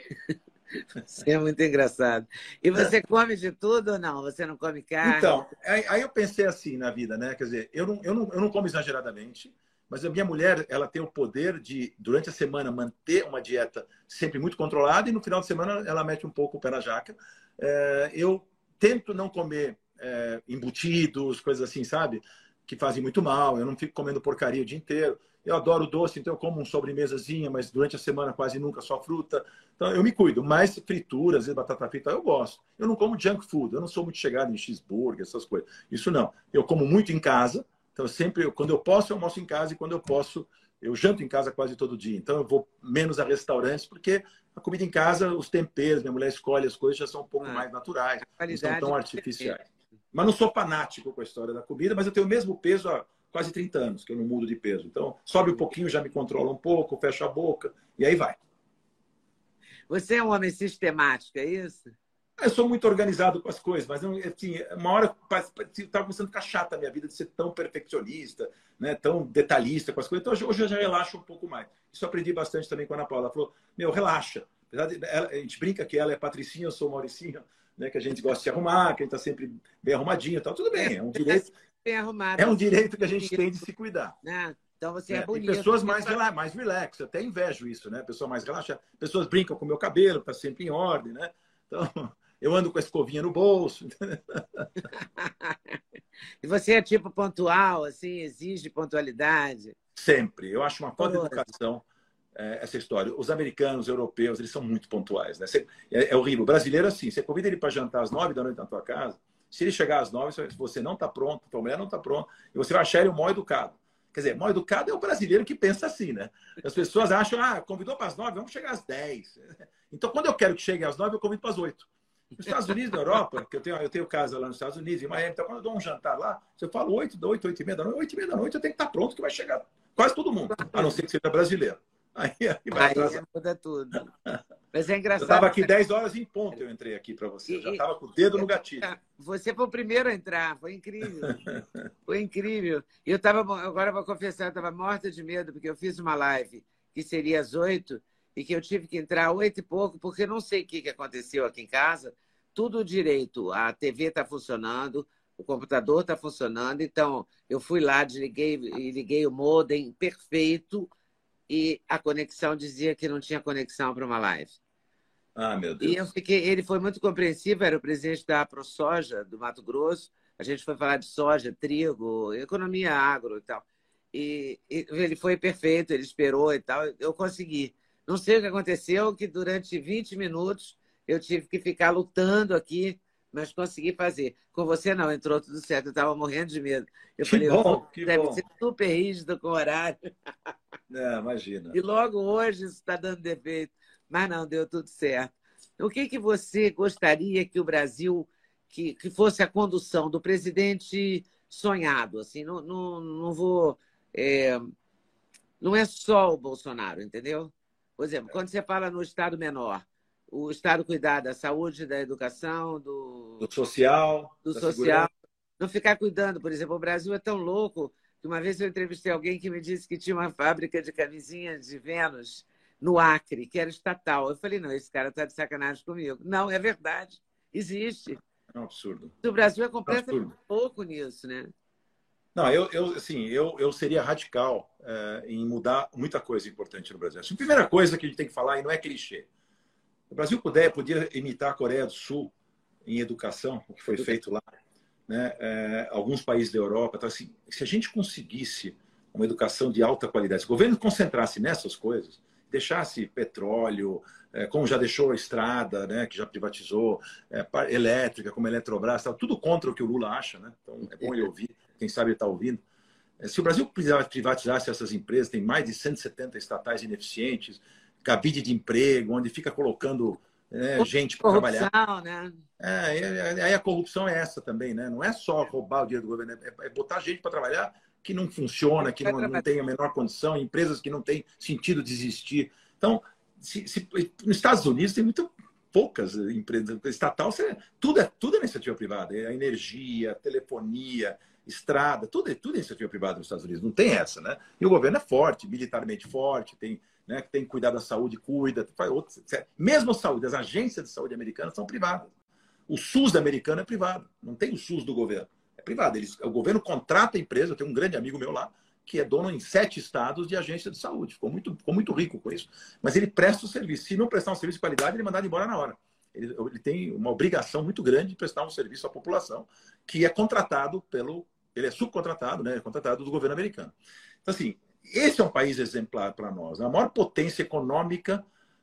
Você é muito engraçado. E você come de tudo ou não? Você não come carne? Então, aí eu pensei assim na vida, né? Quer dizer, eu não como exageradamente, mas a minha mulher, ela tem o poder de, durante a semana, manter uma dieta sempre muito controlada e no final de semana ela mete um pouco o pé na jaca. Eu tento não comer embutidos, coisas assim, sabe? Que fazem muito mal. Eu não fico comendo porcaria o dia inteiro. Eu adoro doce, então eu como uma sobremesazinha, mas durante a semana quase nunca só fruta. Então eu me cuido. Mas fritura, às vezes batata frita, eu gosto. Eu não como junk food, eu não sou muito chegado em cheeseburger, essas coisas. Isso não. Eu como muito em casa. Então quando eu posso, eu almoço em casa e quando eu posso, eu janto em casa quase todo dia. Então eu vou menos a restaurantes, porque a comida em casa, os temperos, minha mulher escolhe as coisas, já são um pouco mais naturais, não são tão artificiais. Mas não sou fanático com a história da comida, mas eu tenho o mesmo peso há quase 30 anos, que eu não mudo de peso. Então, sobe um pouquinho, já me controla um pouco, fecha a boca, e aí vai. Você é um homem sistemático, é isso? Eu sou muito organizado com as coisas, mas assim, uma hora estava começando a ficar chata a minha vida de ser tão perfeccionista, né, tão detalhista com as coisas. Então, hoje eu já relaxo um pouco mais. Isso eu aprendi bastante também com a Ana Paula. Ela falou, relaxa. Apesar de, a gente brinca que ela é Patricinha, eu sou Mauricinho, né, que a gente gosta de se arrumar, que a gente está sempre bem arrumadinho e tal. Tudo bem, é um direito. Bem arrumado. É um direito que a gente tem de se cuidar. Então você é bonito. E pessoas mais relax, eu até invejo isso, né? Pessoa mais relaxada. Pessoas brincam com o meu cabelo, está sempre em ordem, né? Então, eu ando com a escovinha no bolso. E você é tipo pontual, assim, exige pontualidade? Sempre. Eu acho uma falta de educação essa história. Os americanos, europeus, eles são muito pontuais, né? É horrível. O brasileiro, assim, você convida ele para jantar às 9 da noite na tua casa, se ele chegar às 9, você não está pronto, tua mulher não está pronta, e você vai achar ele um mal educado. Quer dizer, mal educado é o brasileiro que pensa assim, né? As pessoas acham, convidou para as 9, vamos chegar às 10. Então, quando eu quero que chegue às 9, eu convido para as 8. Nos Estados Unidos, na Europa, que eu tenho casa lá nos Estados Unidos, em Miami, então quando eu dou um jantar lá, se eu falo 8 e meia da noite, 8 e meia da noite eu tenho que estar pronto, que vai chegar quase todo mundo, a não ser que seja brasileiro. Aí vai atrasar. Muda tudo. Mas é engraçado. Eu estava aqui 10 horas em ponto, eu entrei aqui para você. Eu já estava com o dedo no gatilho. Você foi o primeiro a entrar, foi incrível. Foi incrível. E agora vou confessar, eu estava morta de medo, porque eu fiz uma live que seria às 8 e que eu tive que entrar 8 e pouco, porque não sei o que aconteceu aqui em casa. Tudo direito. A TV está funcionando, o computador está funcionando. Então, eu fui lá, liguei o modem perfeito e a conexão dizia que não tinha conexão para uma live. Meu Deus. E ele foi muito compreensivo, era o presidente da AproSoja, do Mato Grosso. A gente foi falar de soja, trigo, economia agro e tal. E ele foi perfeito, ele esperou e tal. Eu consegui. Não sei o que aconteceu, que durante 20 minutos eu tive que ficar lutando aqui, mas consegui fazer. Com você não, entrou tudo certo. Eu estava morrendo de medo. Eu falei, deve ser super rígido com o horário. Imagina. E logo hoje isso está dando defeito. Mas não, deu tudo certo. O que você gostaria que o Brasil, que fosse a condução do presidente sonhado? Assim, não vou... não é só o Bolsonaro, entendeu? Por exemplo, quando você fala no Estado menor, o Estado cuidar da saúde, da educação, do social, não ficar cuidando. Por exemplo, o Brasil é tão louco que uma vez eu entrevistei alguém que me disse que tinha uma fábrica de camisinhas de Vênus no Acre, que era estatal. Eu falei, não, esse cara está de sacanagem comigo. Não, é verdade. Existe. É um absurdo. O Brasil é completamente louco nisso, né? Não, assim, eu seria radical em mudar muita coisa importante no Brasil. Assim, a primeira coisa que a gente tem que falar, e não é clichê, o Brasil podia imitar a Coreia do Sul em educação, o que foi feito lá, né? Alguns países da Europa. Então, assim, se a gente conseguisse uma educação de alta qualidade, se o governo concentrasse nessas coisas, deixasse petróleo, como já deixou a estrada, né, que já privatizou, elétrica, como a Eletrobras, tá, tudo contra o que o Lula acha, né? Então é bom ele ouvir, quem sabe ele está ouvindo. Se o Brasil privatizasse essas empresas, tem mais de 170 estatais ineficientes, cabide de emprego, onde fica colocando gente para trabalhar. Né? Aí a corrupção é essa também, né? Não é só roubar o dinheiro do governo, é botar gente para trabalhar que não funciona, que não tem a menor condição, empresas que não têm sentido de existir. Então, nos Estados Unidos tem muito poucas empresas estatal, tudo é iniciativa privada, a energia, telefonia, estrada, tudo é iniciativa privada nos Estados Unidos, não tem essa, né? E o governo é forte, militarmente forte, tem que cuidar da saúde, cuida, faz outros. Mesmo a saúde, as agências de saúde americanas são privadas. O SUS americano é privado, não tem o SUS do governo, é privado. O governo contrata a empresa, eu tenho um grande amigo meu lá, que é dono em 7 estados de agência de saúde. Ficou muito rico com isso. Mas ele presta o serviço. Se não prestar um serviço de qualidade, ele é mandado embora na hora. Ele tem uma obrigação muito grande de prestar um serviço à população, que é contratado ele é subcontratado, né? É contratado do governo americano. Então, assim, esse é um país exemplar para nós. A maior potência econômica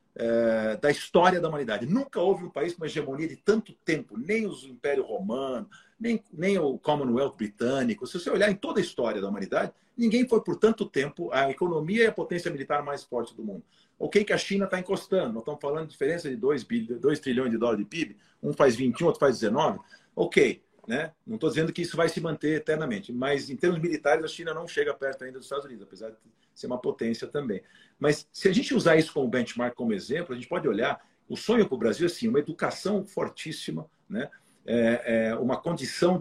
da história da humanidade. Nunca houve um país com uma hegemonia de tanto tempo, nem o Império Romano, nem o Commonwealth britânico. Se você olhar em toda a história da humanidade, ninguém foi por tanto tempo a economia e a potência militar mais forte do mundo. Ok que a China está encostando, nós estamos falando de diferença de 2 trilhões de dólares de PIB, um faz 21, outro faz 19, ok, né? Não estou dizendo que isso vai se manter eternamente, mas em termos militares a China não chega perto ainda dos Estados Unidos, apesar de ser uma potência também. Mas se a gente usar isso como benchmark, como exemplo, a gente pode olhar, o sonho para o Brasil é assim, uma educação fortíssima, né? Uma condição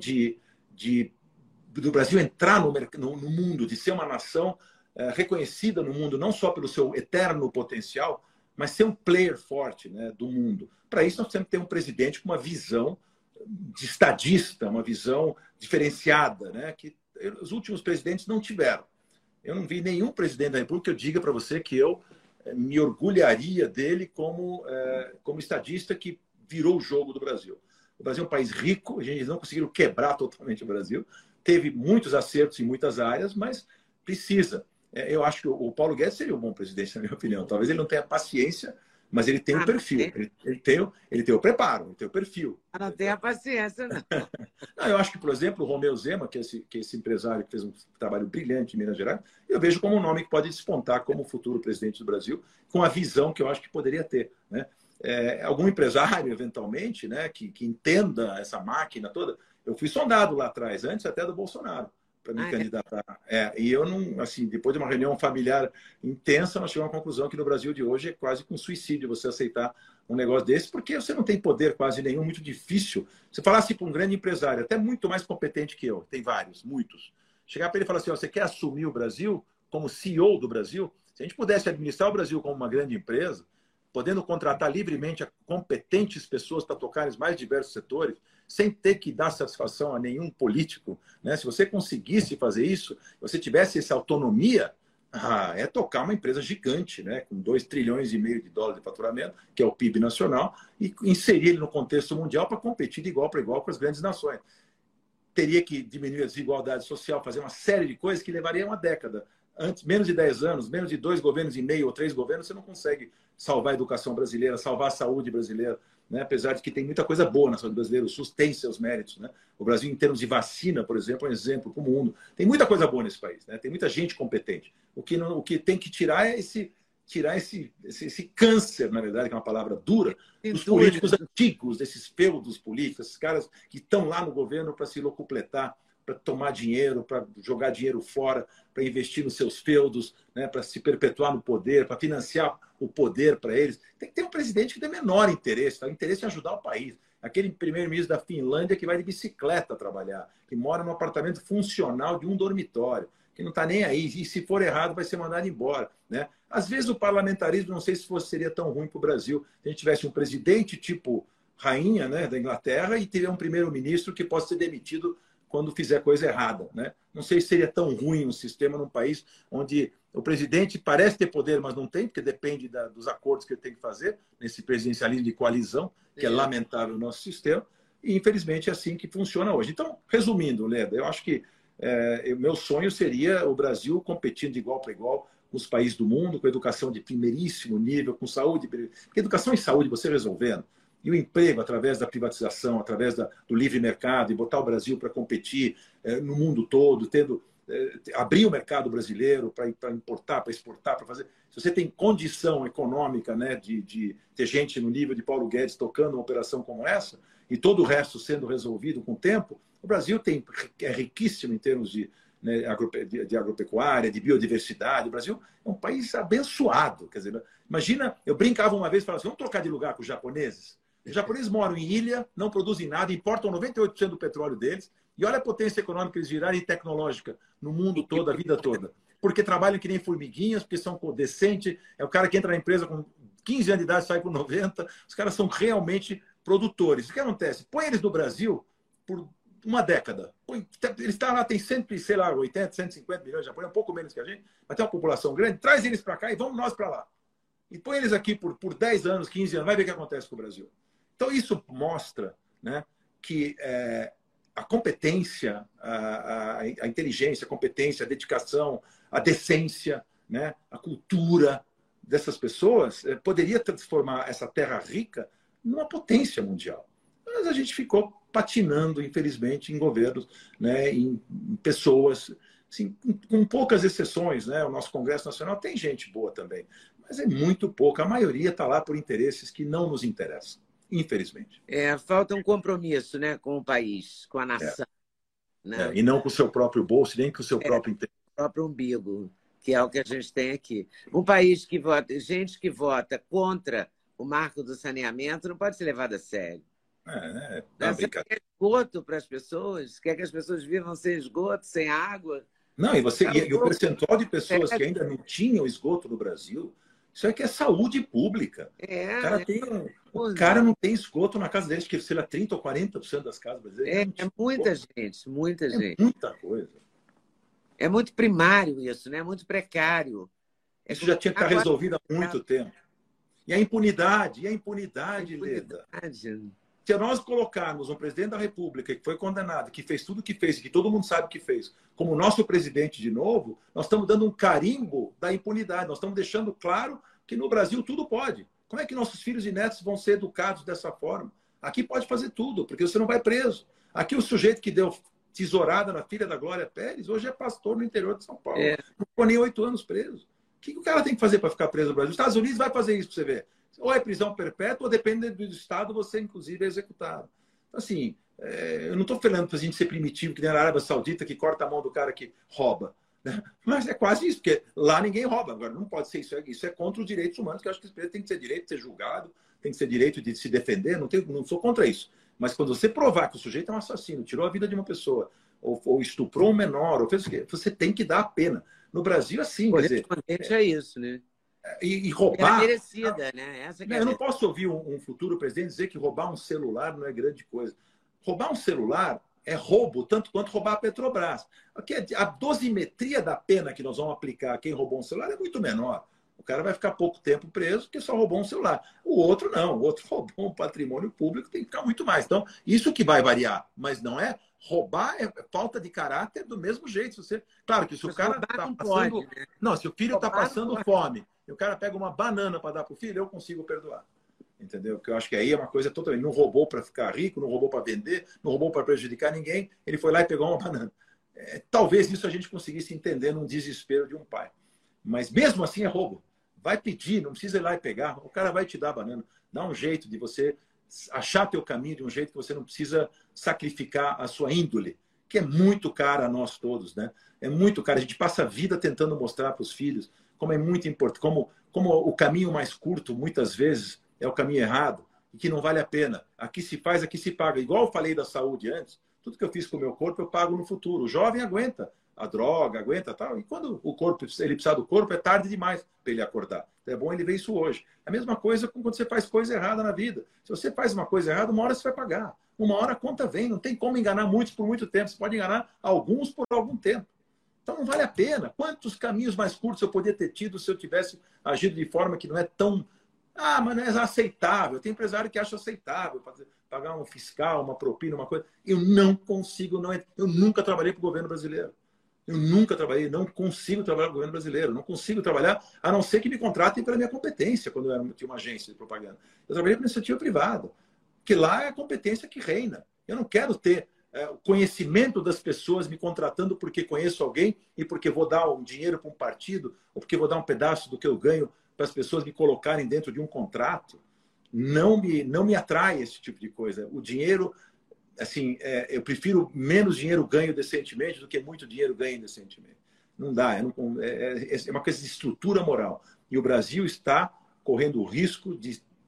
do Brasil entrar no mundo, de ser uma nação reconhecida no mundo, não só pelo seu eterno potencial, mas ser um player forte, né, do mundo. Para isso, nós temos que ter um presidente com uma visão de estadista, uma visão diferenciada, né, que os últimos presidentes não tiveram. Eu não vi nenhum presidente da República que eu diga para você que eu me orgulharia dele como estadista que virou o jogo do Brasil. O Brasil é um país rico, a gente não conseguiu quebrar totalmente o Brasil, teve muitos acertos em muitas áreas, mas precisa. Eu acho que o Paulo Guedes seria um bom presidente, na minha opinião. Talvez ele não tenha paciência, mas ele tem o perfil. Ele tem o preparo, ele tem o perfil. Não tem a paciência, não. Não, eu acho que, por exemplo, o Romeu Zema, que é esse empresário que fez um trabalho brilhante em Minas Gerais, eu vejo como um nome que pode despontar como futuro presidente do Brasil, com a visão que eu acho que poderia ter, né? Algum empresário, eventualmente, né, que entenda essa máquina toda. Eu fui sondado lá atrás, antes até do Bolsonaro, para me candidatar. E eu não, assim, depois de uma reunião familiar intensa, nós chegamos à conclusão que no Brasil de hoje é quase com suicídio você aceitar um negócio desse, porque você não tem poder quase nenhum, muito difícil. Você falasse para um grande empresário, até muito mais competente que eu, tem vários, muitos. Chegar para ele e falar assim, você quer assumir o Brasil como CEO do Brasil? Se a gente pudesse administrar o Brasil como uma grande empresa, podendo contratar livremente competentes pessoas para tocar os mais diversos setores, sem ter que dar satisfação a nenhum político, né? Se você conseguisse fazer isso, você tivesse essa autonomia, é tocar uma empresa gigante, né? Com 2,5 trilhões de dólares de faturamento, que é o PIB nacional, e inserir ele no contexto mundial para competir de igual para igual com as grandes nações. Teria que diminuir a desigualdade social, fazer uma série de coisas que levaria uma década. Antes, menos de 10 anos, menos de 2 governos e meio ou 3 governos, você não consegue salvar a educação brasileira, salvar a saúde brasileira, né? Apesar de que tem muita coisa boa na saúde brasileira, o SUS tem seus méritos, né? O Brasil, em termos de vacina, por exemplo, é um exemplo para o mundo. Tem muita coisa boa nesse país, né? Tem muita gente competente. O que tem que tirar é esse câncer, na verdade, que é uma palavra dura, dos políticos antigos, desses feudos políticos, esses caras que estão lá no governo para se locupletar, para tomar dinheiro, para jogar dinheiro fora, para investir nos seus feudos, né, para se perpetuar no poder, para financiar o poder para eles. Tem que ter um presidente que tem menor interesse, tá? Interesse em ajudar o país. Aquele primeiro-ministro da Finlândia que vai de bicicleta trabalhar, que mora num apartamento funcional de um dormitório, que não está nem aí, e se for errado vai ser mandado embora, né? Às vezes o parlamentarismo, não sei se seria tão ruim para o Brasil, se a gente tivesse um presidente tipo rainha, né, da Inglaterra, e tiver um primeiro-ministro que possa ser demitido quando fizer coisa errada, né? Não sei se seria tão ruim um sistema num país onde o presidente parece ter poder, mas não tem, porque depende dos acordos que ele tem que fazer, nesse presidencialismo de coalizão, que é lamentável o nosso sistema, e infelizmente é assim que funciona hoje. Então, resumindo, Leda, eu acho que meu sonho seria o Brasil competindo de igual para igual com os países do mundo, com educação de primeiríssimo nível, com saúde, porque educação e saúde você resolvendo, e o emprego através da privatização, através do livre mercado, e botar o Brasil para competir no mundo todo, abrir o mercado brasileiro para importar, para exportar, para fazer. Se você tem condição econômica, né, de ter gente no nível de Paulo Guedes tocando uma operação como essa, e todo o resto sendo resolvido com o tempo, o Brasil é riquíssimo em termos de agropecuária, de biodiversidade. O Brasil é um país abençoado. Quer dizer, imagina, eu brincava uma vez e falava assim, vamos trocar de lugar com os japoneses? Os japoneses moram em ilha, não produzem nada, importam 98% do petróleo deles, e olha a potência econômica que eles viraram e tecnológica no mundo todo, a vida toda. Porque trabalham que nem formiguinhas, porque são decentes, é o cara que entra na empresa com 15 anos de idade e sai com 90, os caras são realmente produtores. O que acontece? Põe eles no Brasil por uma década. Eles estão lá, tem sempre, sei lá, 80, 150 milhões de japoneses, um pouco menos que a gente, mas tem uma população grande, traz eles para cá e vamos nós para lá. E põe eles aqui por 10 anos, 15 anos, vai ver o que acontece com o Brasil. Então, isso mostra, né, que a competência, a inteligência, a competência, a dedicação, a decência, né, a cultura dessas pessoas poderia transformar essa terra rica numa potência mundial. Mas a gente ficou patinando, infelizmente, em governos, né, em pessoas, assim, com poucas exceções. Né? O nosso Congresso Nacional tem gente boa também, mas é muito pouca. A maioria está lá por interesses que não nos interessam, infelizmente. Falta um compromisso, né, com o país, com a nação. Né? E não com o seu próprio bolso, nem com o seu próprio interesse. O próprio umbigo, que é o que a gente tem aqui. Um país que vota, gente que vota contra o marco do saneamento não pode ser levado a sério. Você quer esgoto para as pessoas? Quer que as pessoas vivam sem esgoto, sem água? Não, e o percentual de pessoas que ainda não tinham esgoto no Brasil, isso é que é saúde pública. O cara não tem esgoto na casa deles, que sei lá, 30% ou 40% das casas brasileiras. É muita gente, muita gente. Muita coisa. É muito primário isso, né? É muito precário. Isso já tinha que estar resolvido há muito tempo. E a impunidade, Leda. Se nós colocarmos um presidente da República que foi condenado, que fez tudo o que fez, que todo mundo sabe que fez, como nosso presidente de novo, nós estamos dando um carimbo da impunidade. Nós estamos deixando claro que no Brasil tudo pode. Como é que nossos filhos e netos vão ser educados dessa forma? Aqui pode fazer tudo, porque você não vai preso. Aqui o sujeito que deu tesourada na filha da Glória Pérez, hoje é pastor no interior de São Paulo. Não ficou nem 8 anos preso. O que o cara tem que fazer para ficar preso no Brasil? Os Estados Unidos vai fazer isso para você ver. Ou é prisão perpétua, ou depende do Estado, você, inclusive, é executado. Então, assim, eu não estou falando para a gente ser primitivo, que nem na Arábia Saudita, que corta a mão do cara que rouba. Né? Mas é quase isso, porque lá ninguém rouba. Agora, não pode ser isso. Isso é contra os direitos humanos, que eu acho que tem que ser direito de ser julgado, tem que ser direito de se defender. Não sou contra isso. Mas quando você provar que o sujeito é um assassino, tirou a vida de uma pessoa, ou estuprou um menor, ou fez o quê? Você tem que dar a pena. No Brasil, assim, quer dizer... É isso, né? E roubar... É merecida, né? Essa que eu não posso ouvir um futuro presidente dizer que roubar um celular não é grande coisa. Roubar um celular é roubo, tanto quanto roubar a Petrobras. A dosimetria da pena que nós vamos aplicar a quem roubou um celular é muito menor. O cara vai ficar pouco tempo preso porque só roubou um celular. O outro não. O outro roubou um patrimônio público, tem que ficar muito mais. Então, isso que vai variar. Mas não é... Roubar é falta de caráter do mesmo jeito. Claro que se o cara está passando... né? Não, se o filho está passando fome e o cara pega uma banana para dar para o filho, eu consigo perdoar. Entendeu? Porque eu acho que aí é uma coisa totalmente... Não roubou para ficar rico, não roubou para vender, não roubou para prejudicar ninguém. Ele foi lá e pegou uma banana. Talvez isso a gente conseguisse entender num desespero de um pai. Mas mesmo assim é roubo. Vai pedir, não precisa ir lá e pegar. O cara vai te dar a banana. Dá um jeito de você achar teu caminho de um jeito que você não precisa sacrificar a sua índole, que é muito cara a nós todos, né? É muito cara. A gente passa a vida tentando mostrar para os filhos como é muito importante, como o caminho mais curto, muitas vezes, é o caminho errado e que não vale a pena. Aqui se faz, aqui se paga. Igual eu falei da saúde antes, tudo que eu fiz com o meu corpo eu pago no futuro. O jovem aguenta a droga, aguenta tal. E quando o corpo, ele precisa do corpo, é tarde demais para ele acordar. Então é bom ele ver isso hoje. A mesma coisa quando você faz coisa errada na vida. Se você faz uma coisa errada, uma hora você vai pagar. Uma hora a conta vem. Não tem como enganar muitos por muito tempo. Você pode enganar alguns por algum tempo. Então não vale a pena. Quantos caminhos mais curtos eu poderia ter tido se eu tivesse agido de forma que não é tão... mas não é aceitável. Tem empresário que acha aceitável pagar um fiscal, uma propina, uma coisa. Eu não consigo, eu nunca trabalhei para o governo brasileiro. Eu nunca trabalhei, não consigo trabalhar para o governo brasileiro. Não consigo trabalhar, a não ser que me contratem pela minha competência, quando eu tinha uma agência de propaganda. Eu trabalhei para iniciativa privada, que lá é a competência que reina. Eu não quero ter o conhecimento das pessoas me contratando porque conheço alguém e porque vou dar um dinheiro para um partido ou porque vou dar um pedaço do que eu ganho para as pessoas me colocarem dentro de um contrato. Não me atrai esse tipo de coisa. O dinheiro, assim, eu prefiro menos dinheiro ganho decentemente do que muito dinheiro ganho decentemente. Não dá, é uma coisa de estrutura moral. E o Brasil está correndo o risco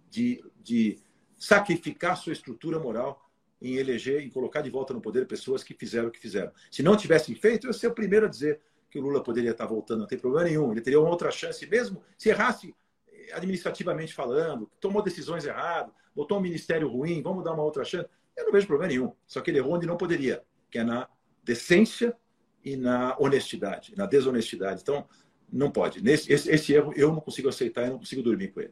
de sacrificar sua estrutura moral em eleger e colocar de volta no poder pessoas que fizeram o que fizeram. Se não tivessem feito, eu ia ser o primeiro a dizer que o Lula poderia estar voltando, não tem problema nenhum. Ele teria uma outra chance, mesmo se errasse administrativamente falando, tomou decisões erradas, botou um ministério ruim, vamos dar uma outra chance. Eu não vejo problema nenhum. Só que ele errou onde não poderia, que é na decência e na honestidade, na desonestidade. Então, não pode. Esse erro eu não consigo aceitar e não consigo dormir com ele.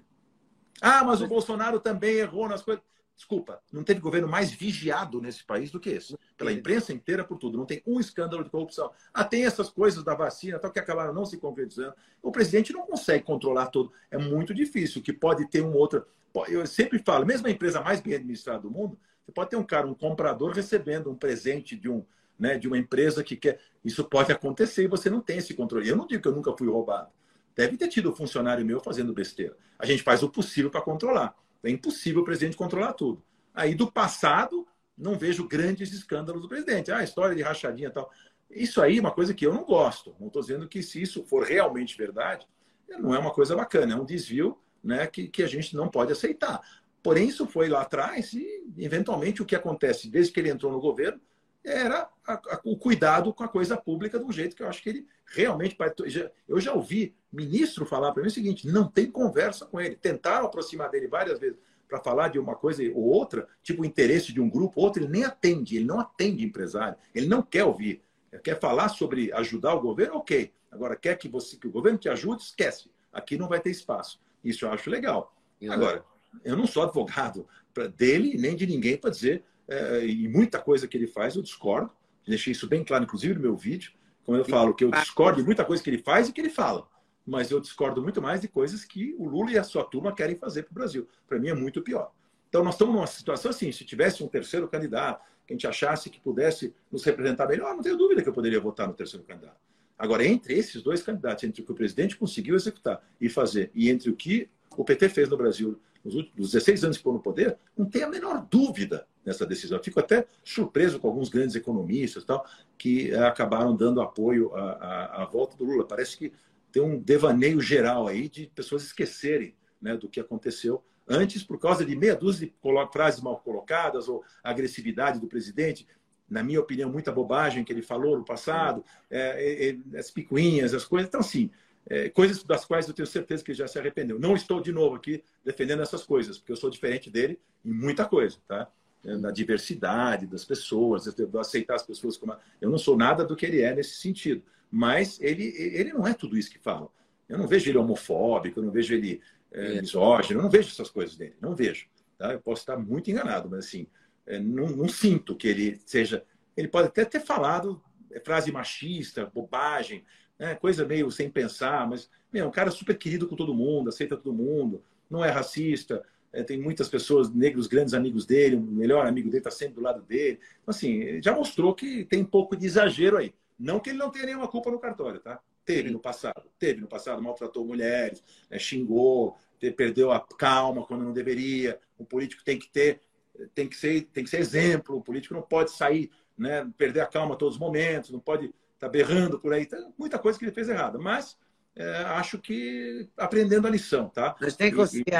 Mas o Bolsonaro também errou nas coisas. Desculpa, não teve governo mais vigiado nesse país do que esse. Pela imprensa inteira, por tudo. Não tem um escândalo de corrupção. Tem essas coisas da vacina, tal, que acabaram não se concretizando. O presidente não consegue controlar tudo. É muito difícil, que pode ter um outro... Eu sempre falo, mesmo a empresa mais bem administrada do mundo, você pode ter um comprador recebendo um presente de uma empresa que quer... Isso pode acontecer e você não tem esse controle. Eu não digo que eu nunca fui roubado. Deve ter tido um funcionário meu fazendo besteira. A gente faz o possível para controlar. É impossível o presidente controlar tudo. Aí, do passado, não vejo grandes escândalos do presidente. História de rachadinha e tal. Isso aí é uma coisa que eu não gosto. Não estou dizendo que, se isso for realmente verdade, não é uma coisa bacana. É um desvio, né, que a gente não pode aceitar. Porém, isso foi lá atrás e, eventualmente, o que acontece desde que ele entrou no governo era o cuidado com a coisa pública de um jeito que eu acho que ele realmente... Eu já ouvi ministro falar para mim o seguinte, não tem conversa com ele. Tentaram aproximar dele várias vezes para falar de uma coisa ou outra, tipo o interesse de um grupo, outro, ele nem atende, ele não atende empresário, ele não quer ouvir. Ele quer falar sobre ajudar o governo, ok. Agora, quer que o governo te ajude, esquece. Aqui não vai ter espaço. Isso eu acho legal. Agora, eu não sou advogado dele nem de ninguém para dizer... e muita coisa que ele faz eu discordo, deixei isso bem claro inclusive no meu vídeo, como eu falo, que eu discordo de muita coisa que ele faz e que ele fala, mas eu discordo muito mais de coisas que o Lula e a sua turma querem fazer para o Brasil. Para mim é muito pior. Então nós estamos numa situação assim, se tivesse um terceiro candidato que a gente achasse que pudesse nos representar melhor, não tenho dúvida que eu poderia votar no terceiro candidato. Agora, entre esses dois candidatos, entre o que o presidente conseguiu executar e fazer e entre o que o PT fez no Brasil nos últimos 16 anos que ficou no poder, não tem a menor dúvida nessa decisão. Eu fico até surpreso com alguns grandes economistas tal, que acabaram dando apoio à volta do Lula. Parece que tem um devaneio geral aí de pessoas esquecerem, né, do que aconteceu antes por causa de meia dúzia de frases mal colocadas ou agressividade do presidente. Na minha opinião, muita bobagem que ele falou no passado, as picuinhas, as coisas. Então, assim, coisas das quais eu tenho certeza que ele já se arrependeu. Não estou, de novo, aqui defendendo essas coisas, porque eu sou diferente dele em muita coisa, tá? Na diversidade das pessoas, de aceitar as pessoas como... Eu não sou nada do que ele é nesse sentido. Mas ele não é tudo isso que fala. Eu não vejo ele homofóbico, eu não vejo ele misógino, eu não vejo essas coisas dele. Não vejo. Tá? Eu posso estar muito enganado, mas assim, não sinto que ele seja... Ele pode até ter falado frase machista, bobagem, né? Coisa meio sem pensar, mas é um cara super querido com todo mundo, aceita todo mundo, não é racista, tem muitas pessoas, negros, grandes amigos dele, o melhor amigo dele está sempre do lado dele. Então, assim, já mostrou que tem um pouco de exagero aí. Não que ele não tenha nenhuma culpa no cartório, tá? Teve no passado, maltratou mulheres, xingou, perdeu a calma quando não deveria. O político tem que ser exemplo, o político não pode sair, né, perder a calma a todos os momentos, não pode estar berrando por aí. Tem muita coisa que ele fez errada, mas acho que aprendendo a lição, tá? Mas tem consciência.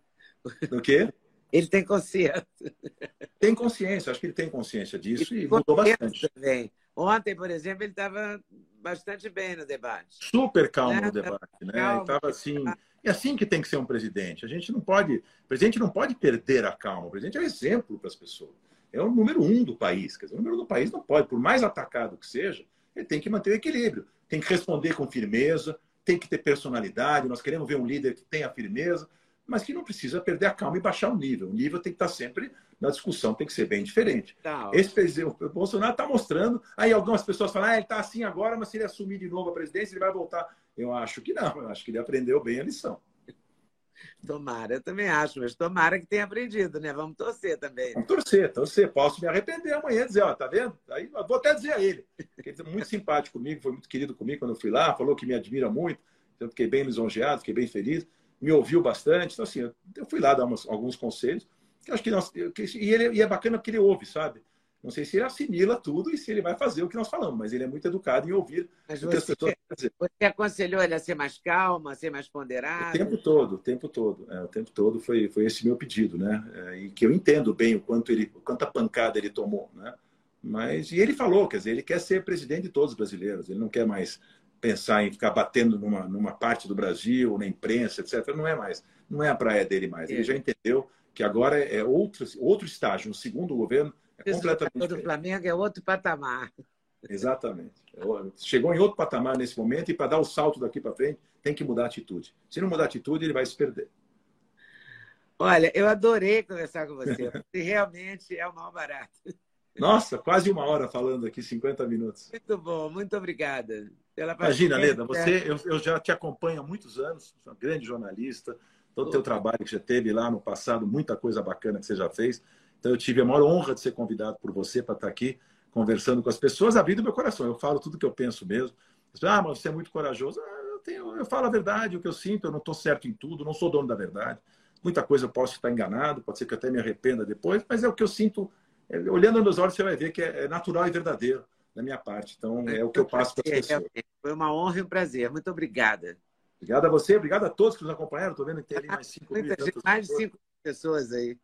O quê? Ele tem consciência. Tem consciência, acho que ele tem consciência disso e mudou bastante. Também. Ontem, por exemplo, ele estava bastante bem no debate. Super calmo no debate, né? Calmo. Tava assim, é assim que tem que ser um presidente. O presidente não pode perder a calma. O presidente é um exemplo para as pessoas. É o número 1 do país. Quer dizer, o número 1 do país não pode, por mais atacado que seja, ele tem que manter o equilíbrio. Tem que responder com firmeza, tem que ter personalidade. Nós queremos ver um líder que tenha firmeza, mas que não precisa perder a calma e baixar o nível. O nível tem que estar sempre na discussão, tem que ser bem diferente. O Bolsonaro está mostrando. Aí algumas pessoas falam, ele está assim agora, mas se ele assumir de novo a presidência, ele vai voltar. Eu acho que não, eu acho que ele aprendeu bem a lição. Tomara, eu também acho, mas tomara que tenha aprendido, né? Vamos torcer também. Vamos torcer. Posso me arrepender amanhã e dizer, tá vendo? Aí eu vou até dizer a ele. Ele foi muito simpático comigo, foi muito querido comigo quando eu fui lá, falou que me admira muito, então fiquei bem lisonjeado, fiquei bem feliz, me ouviu bastante. Então, assim, eu fui lá dar alguns conselhos. Eu acho que e é bacana porque ele ouve, sabe? Não sei se ele assimila tudo e se ele vai fazer o que nós falamos, mas ele é muito educado em ouvir o que as pessoas querem dizer. Você aconselhou ele a ser mais calmo, a ser mais ponderado? O tempo todo. O tempo todo foi esse meu pedido, né? E que eu entendo bem o quanta pancada ele tomou, né? E ele falou, quer dizer, ele quer ser presidente de todos os brasileiros, ele não quer mais pensar em ficar batendo numa parte do Brasil, na imprensa, etc. Não é a praia dele mais. Ele já entendeu que agora é outro estágio, no segundo governo, é completamente diferente. O Flamengo é outro patamar. Exatamente. Chegou em outro patamar nesse momento e para dar o salto daqui para frente tem que mudar a atitude. Se não mudar a atitude, ele vai se perder. Olha, eu adorei conversar com você. Você realmente é o maior barato. Nossa, quase 1 hora falando aqui, 50 minutos. Muito bom, muito obrigada. Imagina, Leda, eu já te acompanho há muitos anos, sou uma grande jornalista, todo o teu trabalho que já teve lá no passado, muita coisa bacana que você já fez. Então, eu tive a maior honra de ser convidado por você para estar aqui conversando com as pessoas, abrindo meu coração. Eu falo tudo que eu penso mesmo. Mas você é muito corajoso. Eu falo a verdade, o que eu sinto. Eu não estou certo em tudo, não sou dono da verdade. Muita coisa eu posso estar enganado, pode ser que eu até me arrependa depois, mas é o que eu sinto. Olhando nos olhos, você vai ver que é natural e verdadeiro da minha parte. Então, é o que eu passo para as pessoas. Foi uma honra e um prazer. Muito obrigada. Obrigado a você, obrigado a todos que nos acompanharam. Estou vendo que tem ali mais 5 mil. Mais de 5 pessoas aí.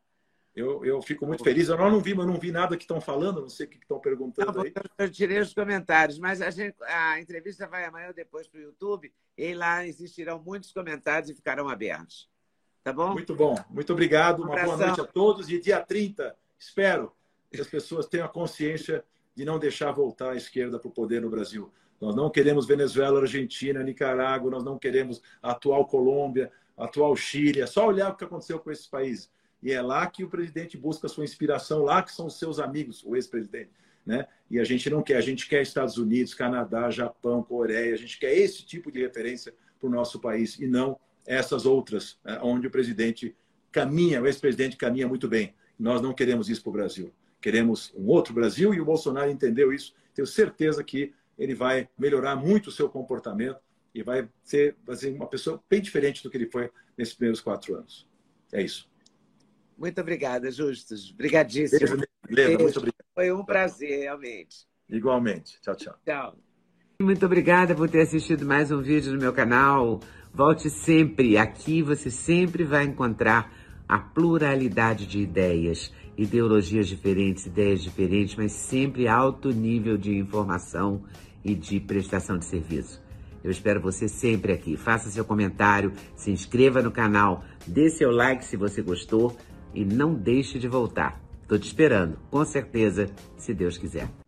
Eu fico muito feliz. Eu não vi nada que estão falando, não sei o que estão perguntando aí. Eu tirei os comentários, mas a entrevista vai amanhã ou depois para o YouTube e lá existirão muitos comentários e ficarão abertos. Tá bom? Muito bom. Muito obrigado. Uma boa noite a todos. E dia 30, espero que as pessoas tenham a consciência de não deixar voltar a esquerda para o poder no Brasil. Nós não queremos Venezuela, Argentina, Nicarágua, nós não queremos a atual Colômbia, a atual Chile. É só olhar o que aconteceu com esses países. E é lá que o presidente busca a sua inspiração, lá que são os seus amigos, o ex-presidente. Né? E a gente não quer, a gente quer Estados Unidos, Canadá, Japão, Coreia, a gente quer esse tipo de referência para o nosso país e não essas outras, onde o presidente caminha, o ex-presidente caminha muito bem. Nós não queremos isso para o Brasil. Queremos um outro Brasil e o Bolsonaro entendeu isso. Tenho certeza que ele vai melhorar muito o seu comportamento e vai ser uma pessoa bem diferente do que ele foi nesses primeiros 4 anos. É isso. Muito obrigada, Justus. Obrigadíssimo. Leda, muito obrigado. Foi um prazer, realmente. Igualmente. Tchau, tchau. Tchau. Muito obrigada por ter assistido mais um vídeo no meu canal. Volte sempre. Aqui você sempre vai encontrar a pluralidade de ideias, ideologias diferentes, ideias diferentes, mas sempre alto nível de informação e de prestação de serviço. Eu espero você sempre aqui. Faça seu comentário, se inscreva no canal, dê seu like se você gostou e não deixe de voltar. Estou te esperando, com certeza, se Deus quiser.